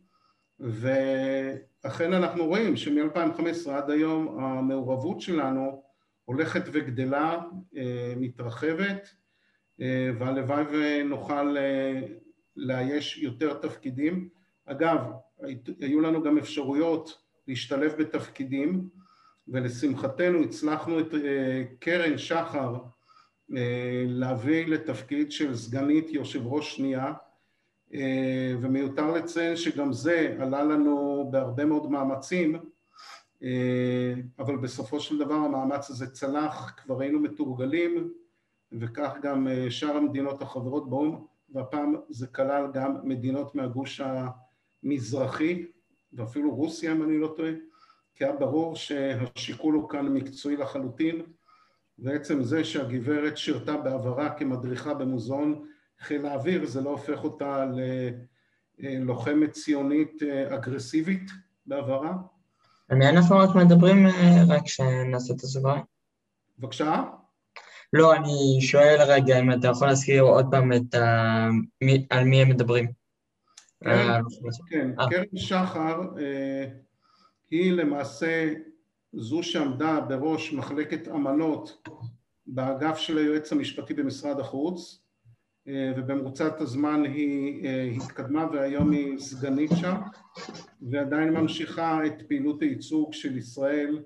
ואכן אנחנו רואים שמ-אלפיים וחמש עשרה עד היום המעורבות שלנו הולכת וגדלה, מתרחבת, והלוואי ונוכל לאייש יותר תפקידים. אגב, היו לנו גם אפשרויות להשתלב בתפקידים, ולשמחתנו הצלחנו את קרן שחר להביא לתפקיד של סגנית יושב ראש שנייה, ומיותר לציין שגם זה עלה לנו בהרבה מאוד מאמצים, אבל בסופו של דבר המאמץ הזה צלח, כבר היינו מתורגלים, וכך גם שאר המדינות החברות באו"ם, והפעם זה כלל גם מדינות מהגוש המזרחי, ואפילו רוסיה אם אני לא טועה, כי היה ברור שהשיקול הוא כאן מקצועי לחלוטין, ועצם זה שהגברת שירתה בעברה כמדריכה במוזיאון חיל האוויר, זה לא הופך אותה ללוחמת ציונית אגרסיבית בעברה. על מי אנחנו רק מדברים, רק שנעשה את הסוגריים? בבקשה? לא, אני שואל רגע אם אתה יכול להזכיר עוד פעם את ה... על מי הם מדברים. כן, כן. קרן שחר היא למעשה זו שעמדה בראש מחלקת אמנות באגף של היועץ המשפטי במשרד החוץ, ובמרוצת הזמן היא התקדמה והיום היא סגנית שם, ועדיין ממשיכה את פעילות הייצוג של ישראל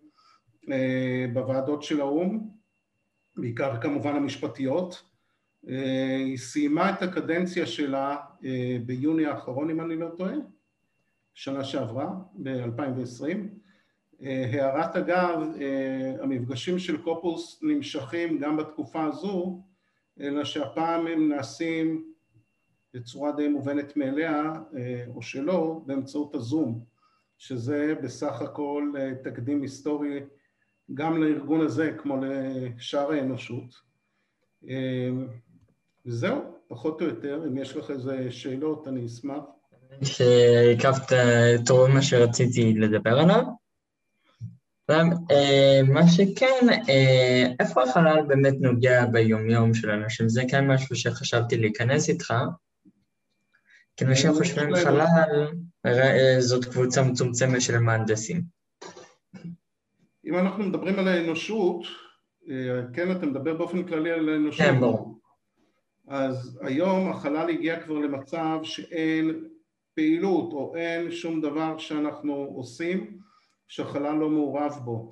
בוועדות של האו"ם, בעיקר כמובן המשפטיות. היא סיימה את הקדנציה שלה ביוני האחרון, אם אני לא טועה, שנה שעברה, ב-אלפיים ועשרים. הערת אגב, המפגשים של קופוס נמשכים גם בתקופה הזו, אלא שהפעם הם נעשים בצורה די מובנת מאליה, או שלא, באמצעות הזום, שזה בסך הכל תקדים היסטורי גם לארגון הזה, כמו לשאר האנושות. וזהו, פחות או יותר, אם יש לך איזה שאלות, אני אשמח. שהקפת את רוב מה שרציתי לדבר עליו. מה שכן, איפה החלל באמת נוגע ביומיום של אנשים? זה כן משהו שחשבתי להיכנס איתך. כי אנשים חושבים חלל, זאת קבוצה מצומצמת של מהנדסים. אם אנחנו מדברים על האנושות, כן, אתה מדבר באופן כללי על האנושות. כן, ברור. אז היום החלל הגיע כבר למצב שאין פעילות או אין שום דבר שאנחנו עושים שהחלל לא מעורב בו.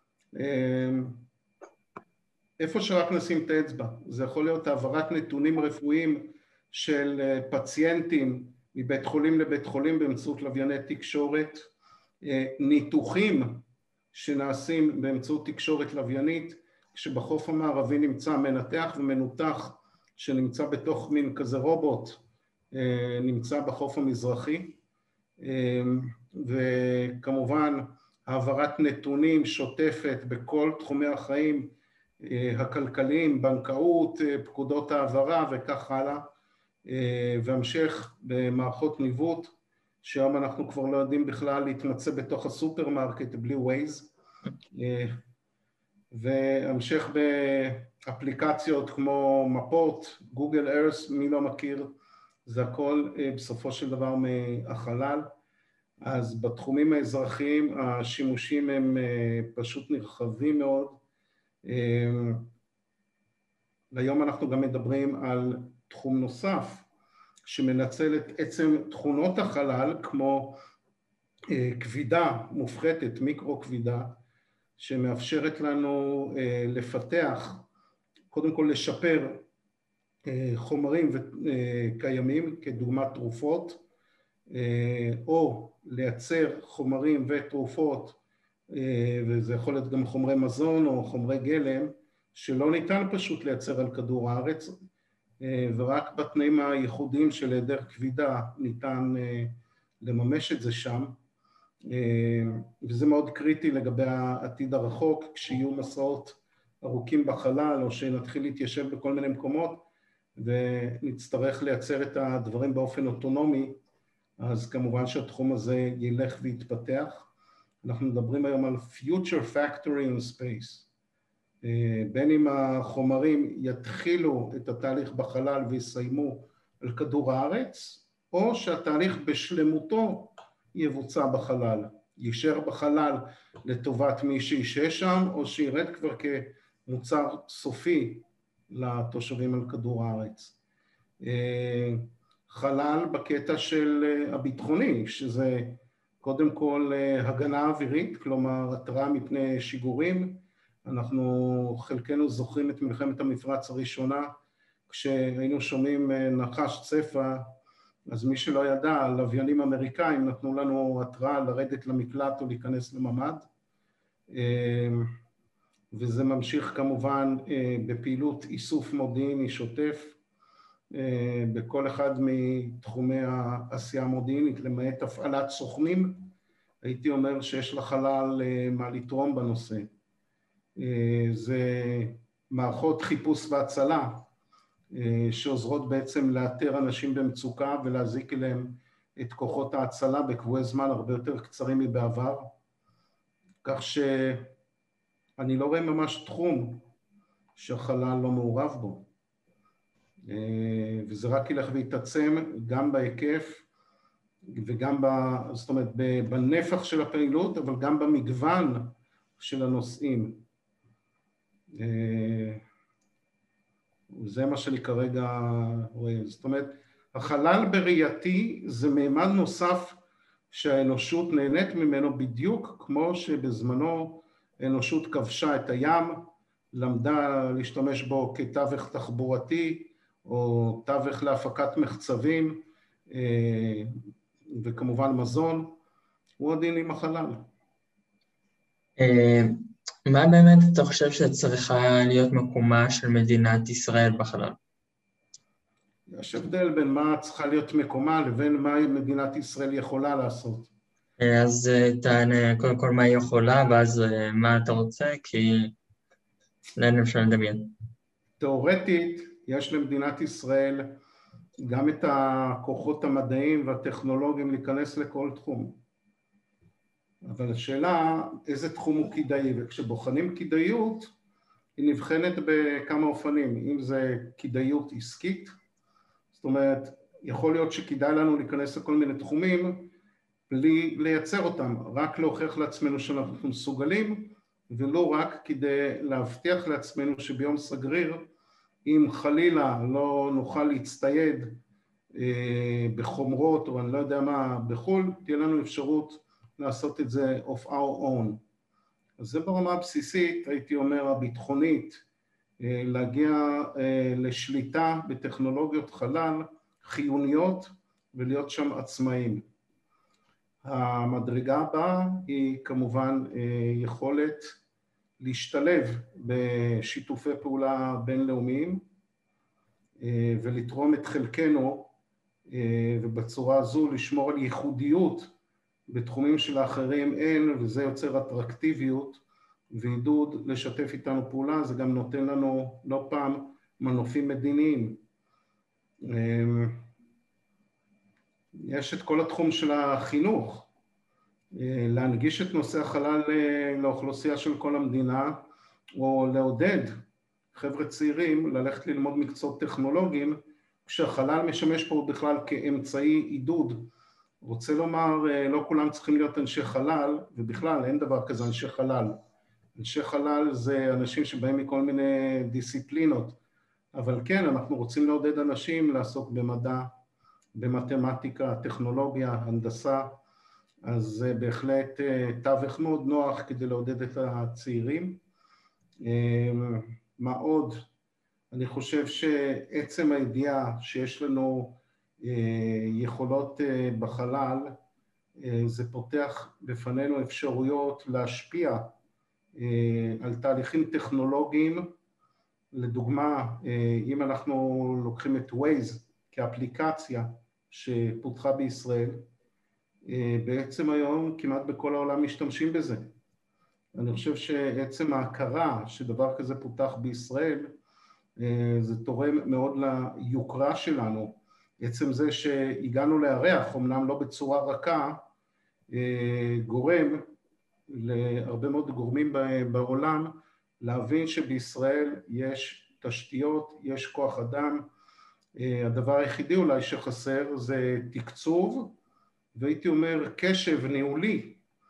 איפה שרק נשים את האצבע, זה יכול להיות העברת נתונים רפואיים של פציינטים מבית חולים לבית חולים באמצעות לווייני תקשורת, ניתוחים שנעשים באמצעות תקשורת לוויינית, כשבחוף המערבי נמצא מנתח ומנותח שנמצא בתוך מין כזה רובוט, נמצא בחוף המזרחי, וכמובן העברת נתונים שוטפת בכל תחומי החיים הכלכליים, בנקאות, פקודות העברה וכך הלאה, והמשך במערכות ניווט, שהיום אנחנו כבר לא יודעים בכלל להתמצא בתוך הסופרמרקט בלי ווייז, והמשך באפליקציות כמו מפות, גוגל ארת', מי לא מכיר, זה הכל בסופו של דבר מהחלל. אז בתחומים האזרחיים השימושים הם פשוט נרחבים מאוד. היום אנחנו גם מדברים על תחום נוסף שמנצל את עצם תכונות החלל כמו כבידה מופחתת, מיקרו כבידה, שמאפשרת לנו לפתח, קודם כל לשפר חומרים קיימים כדוגמת תרופות, או לייצר חומרים ותרופות, וזה יכול להיות גם חומרי מזון או חומרי גלם, שלא ניתן פשוט לייצר על כדור הארץ, ורק בתנאים הייחודיים של היעדר כבידה ניתן לממש את זה שם, וזה מאוד קריטי לגבי העתיד הרחוק, כשיהיו מסעות ארוכים בחלל, או שנתחיל להתיישב בכל מיני מקומות, ונצטרך לייצר את הדברים באופן אוטונומי, אז כמובן שהתחום הזה ילך ויתפתח. אנחנו מדברים היום על future factory in space. בין אם החומרים יתחילו את התהליך בחלל ויסיימו על כדור הארץ, או שהתהליך בשלמותו יבוצע בחלל, יישאר בחלל לטובת מי שישהה שם, או שירד כבר כמוצר סופי לתושבים על כדור הארץ. חלל בקטע של הביטחוני, שזה קודם כל הגנה אווירית, כלומר התראה מפני שיגורים. אנחנו חלקנו זוכרים את מלחמת המפרץ הראשונה, כשהיינו שומעים נחש צפה, אז מי שלא ידע, לוויינים אמריקאים נתנו לנו התראה לרדת למקלט או להיכנס לממ"ד, וזה ממשיך כמובן בפעילות איסוף מודיעיני שוטף, בכל אחד מתחומי העשייה המודיעינית, למעט הפעלת סוכנים. הייתי אומר שיש לחלל מה לתרום בנושא. זה מערכות חיפוש והצלה, שעוזרות בעצם לאתר אנשים במצוקה ולהזיק אליהם את כוחות ההצלה בקבועי זמן הרבה יותר קצרים מבעבר. כך שאני לא רואה ממש תחום שהחלל לא מעורב בו. וזה רק ילך ויתעצם גם בהיקף וגם ב, זאת אומרת, בנפח של הפעילות, אבל גם במגוון של הנושאים. זה מה שאני כרגע רואה. זאת אומרת, החלל בראייתי זה מימד נוסף שהאנושות נהנית ממנו בדיוק כמו שבזמנו האנושות כבשה את הים, למדה להשתמש בו כתווך תחבורתי או תווך להפקת מחצבים וכמובן מזון. הוא הדין עם החלל. מה באמת אתה חושב שצריכה להיות מקומה של מדינת ישראל בחלל? יש הבדל בין מה צריכה להיות מקומה לבין מה מדינת ישראל יכולה לעשות. אז תענה קודם כל מה היא יכולה, ואז מה אתה רוצה, כי לאן אפשר לדמיין. תיאורטית, יש למדינת ישראל גם את הכוחות המדעיים והטכנולוגיים להיכנס לכל תחום. אבל השאלה, איזה תחום הוא כדאי, וכשבוחנים כדאיות, היא נבחנת בכמה אופנים, אם זה כדאיות עסקית, זאת אומרת, יכול להיות שכדאי לנו להיכנס לכל מיני תחומים, בלי לייצר אותם, רק להוכיח לעצמנו שאנחנו מסוגלים, ולא רק כדי להבטיח לעצמנו שביום סגריר, אם חלילה לא נוכל להצטייד אה, בחומרות, או אני לא יודע מה, בחול, תהיה לנו אפשרות לעשות את זה of our own. אז זה ברמה הבסיסית, הייתי אומר, הביטחונית, להגיע לשליטה בטכנולוגיות חלל חיוניות ולהיות שם עצמאים. המדרגה הבאה היא כמובן יכולת להשתלב בשיתופי פעולה בינלאומיים ולתרום את חלקנו, ובצורה הזו לשמור על ייחודיות בתחומים של האחרים אין, וזה יוצר אטרקטיביות ועידוד לשתף איתנו פעולה. זה גם נותן לנו לא פעם מנופים מדיניים. יש את כל התחום של החינוך, להנגיש את נושא החלל לאוכלוסייה של כל המדינה, או לעודד חבר'ה צעירים ללכת ללמוד מקצועות טכנולוגיים, כשהחלל משמש פה בכלל כאמצעי עידוד. רוצה לומר, לא כולם צריכים להיות אנשי חלל, ובכלל אין דבר כזה אנשי חלל. אנשי חלל זה אנשים שבאים מכל מיני דיסציפלינות, אבל כן, אנחנו רוצים לעודד אנשים לעסוק במדע, במתמטיקה, טכנולוגיה, הנדסה, אז זה בהחלט תווך מאוד נוח כדי לעודד את הצעירים. מה עוד? אני חושב שעצם הידיעה שיש לנו יכולות בחלל, זה פותח בפנינו אפשרויות להשפיע על תהליכים טכנולוגיים. לדוגמה, אם אנחנו לוקחים את Waze כאפליקציה שפותחה בישראל, בעצם היום כמעט בכל העולם משתמשים בזה. אני חושב שעצם ההכרה שדבר כזה פותח בישראל, זה תורם מאוד ליוקרה שלנו. עצם זה שהגענו לארח, אמנם לא בצורה רכה, גורם להרבה מאוד גורמים בעולם להבין שבישראל יש תשתיות, יש כוח אדם, הדבר היחידי אולי שחסר זה תקצוב, והייתי אומר קשב ניהולי,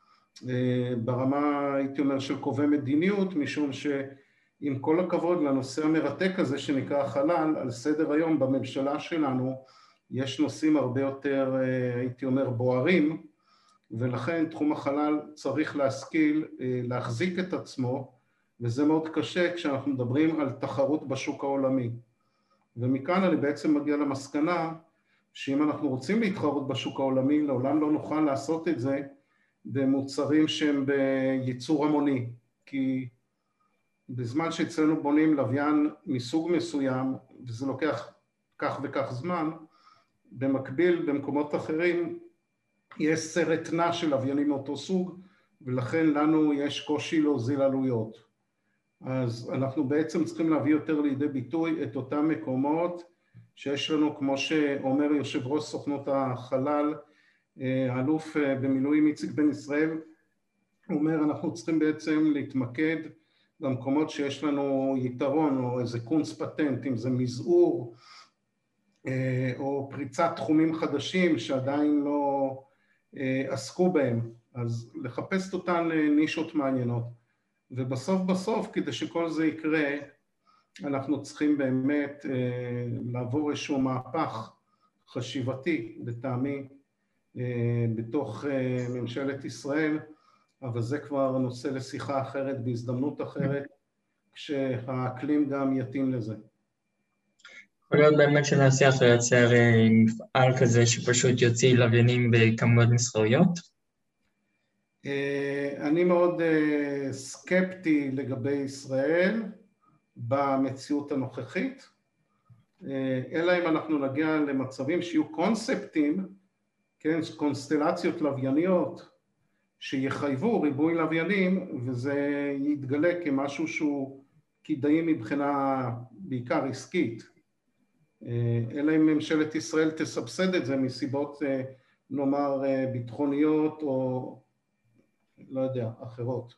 ברמה הייתי אומר של קובעי מדיניות, משום שעם כל הכבוד לנושא המרתק הזה שנקרא חלל, על סדר היום בממשלה שלנו יש נושאים הרבה יותר הייתי אומר בוערים, ולכן תחום החלל צריך להשכיל להחזיק את עצמו, וזה מאוד קשה כשאנחנו מדברים על תחרות בשוק העולמי. ומכאן אני בעצם מגיע למסקנה שאם אנחנו רוצים להתחרות בשוק העולמי, לעולם לא נוכל לעשות את זה במוצרים שהם בייצור המוני, כי בזמן שאצלנו בונים לוויין מסוג מסוים, וזה לוקח כך וכך זמן, במקביל במקומות אחרים יש סרט נע של לוויינים מאותו סוג, ולכן לנו יש קושי להוזיל עלויות. אז אנחנו בעצם צריכים להביא יותר לידי ביטוי את אותם מקומות שיש לנו, כמו שאומר יושב ראש סוכנות החלל, האלוף במילואים איציק בן ישראל, הוא אומר אנחנו צריכים בעצם להתמקד במקומות שיש לנו יתרון או איזה קונץ פטנט, אם זה מזעור או פריצת תחומים חדשים שעדיין לא עסקו בהם, אז לחפש אותן נישות מעניינות. ובסוף בסוף כדי שכל זה יקרה אנחנו צריכים באמת לעבור איזשהו מהפך חשיבתי לטעמי בתוך ממשלת ישראל, אבל זה כבר נושא לשיחה אחרת בהזדמנות אחרת, כשהאקלים גם יתאים לזה. יכול להיות באמת שנצליח לייצר מפעל כזה שפשוט יוציא לוויינים בכמויות מסחריות? אני מאוד סקפטי לגבי ישראל במציאות הנוכחית, אלא אם אנחנו נגיע למצבים שיהיו קונספטים, כן, קונסטלציות לווייניות שיחייבו ריבוי לוויינים, וזה יתגלה כמשהו שהוא כדאי מבחינה בעיקר עסקית, אלא אם ממשלת ישראל תסבסד את זה מסיבות נאמר ביטחוניות או לא יודע, אחרות.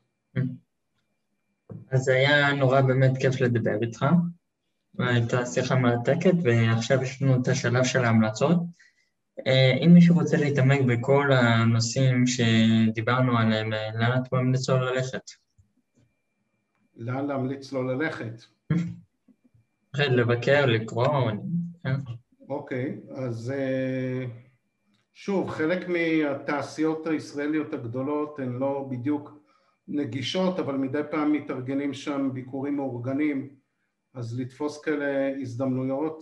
אז היה נורא באמת כיף לדבר איתך, הייתה שיחה מרתקת, ועכשיו יש לנו את השלב של ההמלצות. אם מישהו רוצה להתעמק בכל הנושאים שדיברנו עליהם, לאן אתה ממליץ לו ללכת? לאן להמליץ לו ללכת? לבקר, לקרוא. אוקיי, אז שוב, חלק מהתעשיות הישראליות הגדולות הן לא בדיוק נגישות, אבל מדי פעם מתארגנים שם ביקורים מאורגנים, אז לתפוס כאלה הזדמנויות.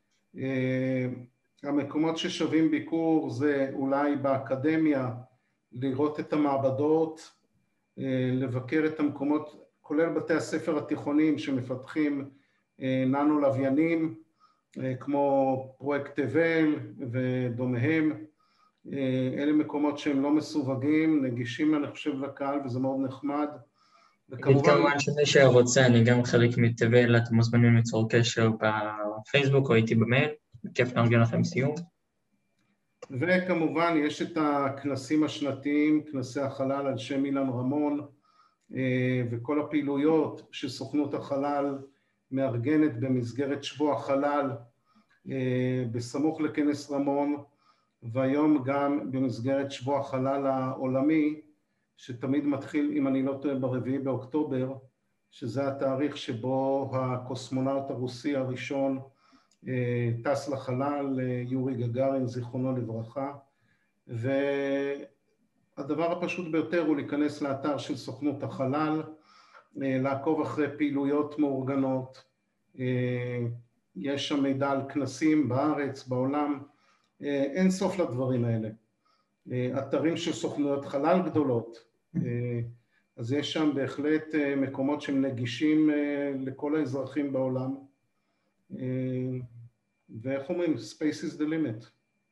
המקומות ששווים ביקור זה אולי באקדמיה, לראות את המעבדות, לבקר את המקומות, כולל בתי הספר התיכוניים שמפתחים ננו לוויינים, כמו פרויקט תבל ודומיהם. אלה מקומות שהם לא מסווגים, נגישים אני חושב לקהל, וזה מאוד נחמד. וכמובן שמי שרוצה, אני גם חלק מתבל, אתם מוזמנים ליצור קשר בפייסבוק או איתי במייל, בכיף נארגן לכם סיום. וכמובן יש את הכנסים השנתיים, כנסי החלל על שם אילן רמון, וכל הפעילויות שסוכנות החלל מארגנת במסגרת שבוע החלל, בסמוך לכנס רמון, והיום גם במסגרת שבוע החלל העולמי, שתמיד מתחיל, אם אני לא טועה, ברביעי באוקטובר, שזה התאריך שבו הקוסמונאוט הרוסי הראשון טס לחלל, יורי גגארין, זיכרונו לברכה. והדבר הפשוט ביותר הוא להיכנס לאתר של סוכנות החלל, לעקוב אחרי פעילויות מאורגנות. יש שם מידע על כנסים בארץ, בעולם, אין סוף לדברים האלה. אתרים של סוכנויות חלל גדולות, אז יש שם בהחלט מקומות שהם נגישים לכל האזרחים בעולם, ואיך אומרים? Space is the limit.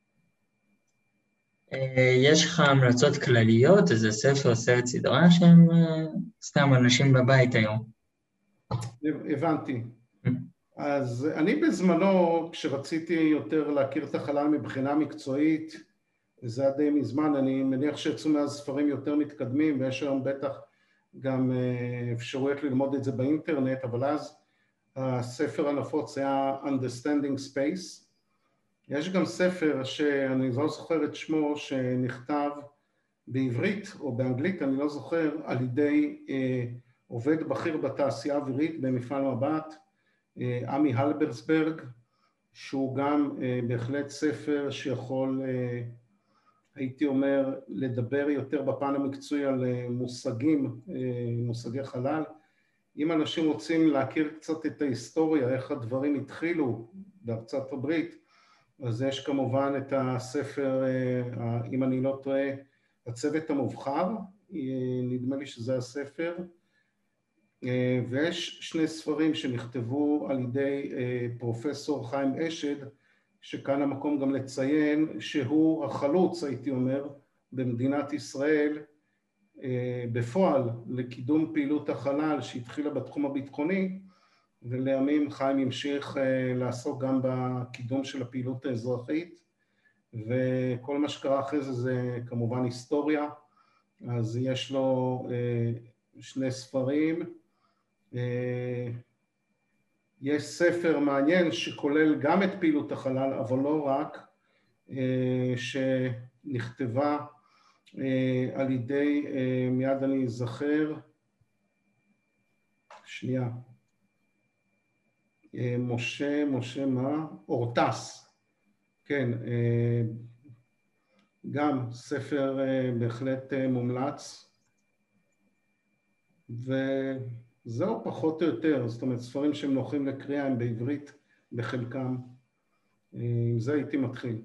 יש לך המלצות כלליות, איזה ספר, סרט, סדרה שהם סתם אנשים בבית היום? הבנתי. אז אני בזמנו, כשרציתי יותר להכיר את החלל מבחינה מקצועית, וזה היה די מזמן, אני מניח שיצאו מאז ספרים יותר מתקדמים, ויש היום בטח גם אפשרויות ללמוד את זה באינטרנט, אבל אז הספר הנפוץ היה Understanding Space. יש גם ספר שאני לא זוכר את שמו, שנכתב בעברית או באנגלית, אני לא זוכר, על ידי אה, עובד בכיר בתעשייה האווירית במפעל מבט, אה, עמי הלברסברג, שהוא גם אה, בהחלט ספר שיכול, אה, הייתי אומר, לדבר יותר בפן המקצועי על אה, מושגים, אה, מושגי חלל. אם אנשים רוצים להכיר קצת את ההיסטוריה, איך הדברים התחילו בארצות הברית, אז יש כמובן את הספר, אם אני לא טועה, הצוות המובחר, נדמה לי שזה הספר, ויש שני ספרים שנכתבו על ידי פרופסור חיים אשד, שכאן המקום גם לציין שהוא החלוץ, הייתי אומר, במדינת ישראל, בפועל לקידום פעילות החלל שהתחילה בתחום הביטחוני, ולימים חיים המשיך לעסוק גם בקידום של הפעילות האזרחית, וכל מה שקרה אחרי זה זה כמובן היסטוריה. אז יש לו שני ספרים, יש ספר מעניין שכולל גם את פעילות החלל, אבל לא רק, שנכתבה על ידי, מיד אני אזכר, שנייה, משה, משה מה? אורטס, כן, גם ספר בהחלט מומלץ, וזהו פחות או יותר, זאת אומרת ספרים שהם נוחים לקריאה הם בעברית בחלקם, עם זה הייתי מתחיל.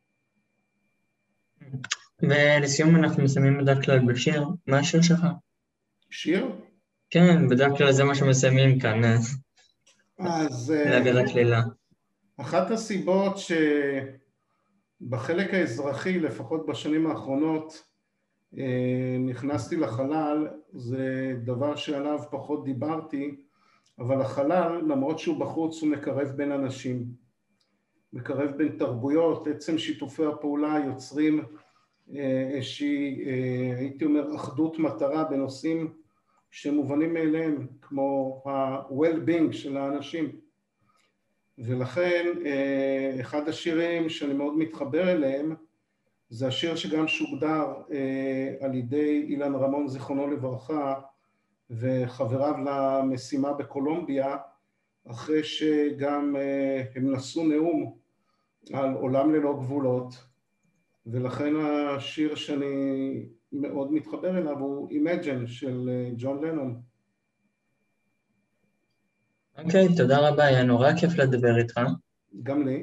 ולסיום אנחנו מסיימים בדרך כלל בשיר, מה השיר שלך? שיר? כן, בדרך כלל זה מה שמסיימים כאן. אז להעביר הקלילה. אחת הסיבות שבחלק האזרחי, לפחות בשנים האחרונות, נכנסתי לחלל, זה דבר שעליו פחות דיברתי, אבל החלל, למרות שהוא בחוץ, הוא מקרב בין אנשים, מקרב בין תרבויות, עצם שיתופי הפעולה יוצרים איזושהי, הייתי אומר, אחדות מטרה בנושאים שמובנים מאליהם, כמו ה-well-being של האנשים. ולכן אחד השירים שאני מאוד מתחבר אליהם, זה השיר שגם שוגדר על ידי אילן רמון זיכרונו לברכה, וחבריו למשימה בקולומביה, אחרי שגם הם נשאו נאום על עולם ללא גבולות, ולכן השיר שאני מאוד מתחבר אליו הוא Imagine של ג'ון לנון. אוקיי, תודה רבה, היה נורא כיף לדבר איתך. גם לי.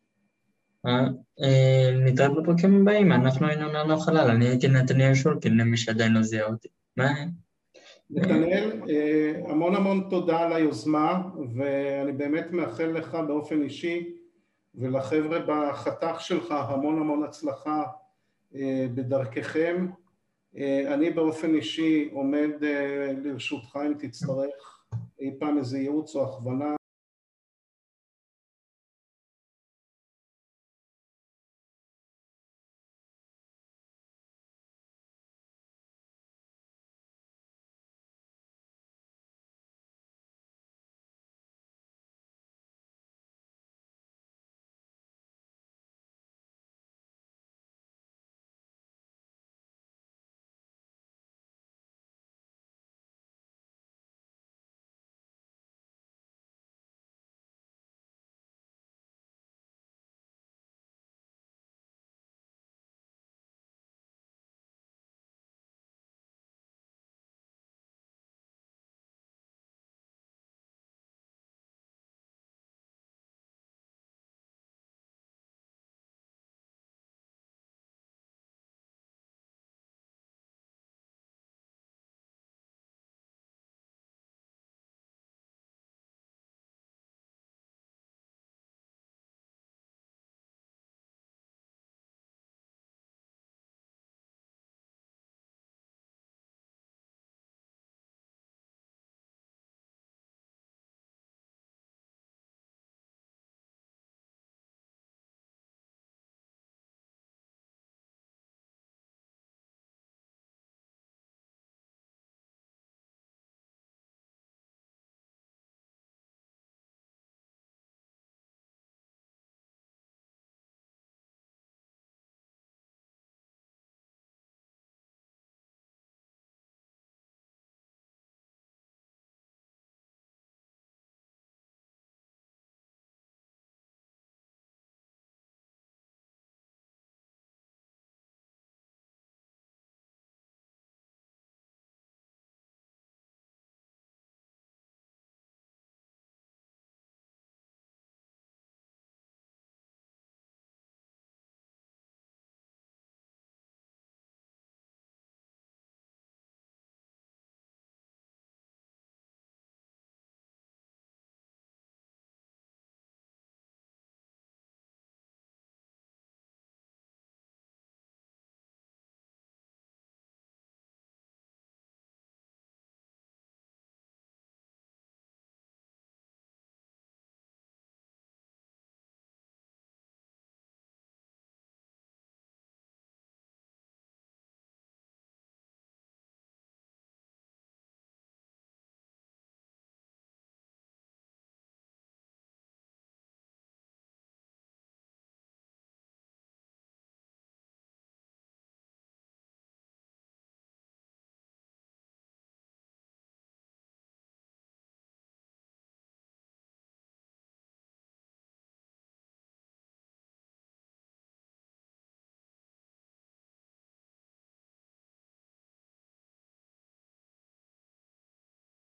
נתראה בפרקים הבאים, אנחנו היינו נענו חלל, אני הייתי נתניאל שולקין, למי שעדיין לא זיהה אותי. נתנאל, המון המון תודה על היוזמה, ואני באמת מאחל לך באופן אישי, ולחבר'ה בחתך שלך המון המון הצלחה בדרככם. אני באופן אישי עומד לרשותך אם תצטרך אי פעם איזה ייעוץ או הכוונה,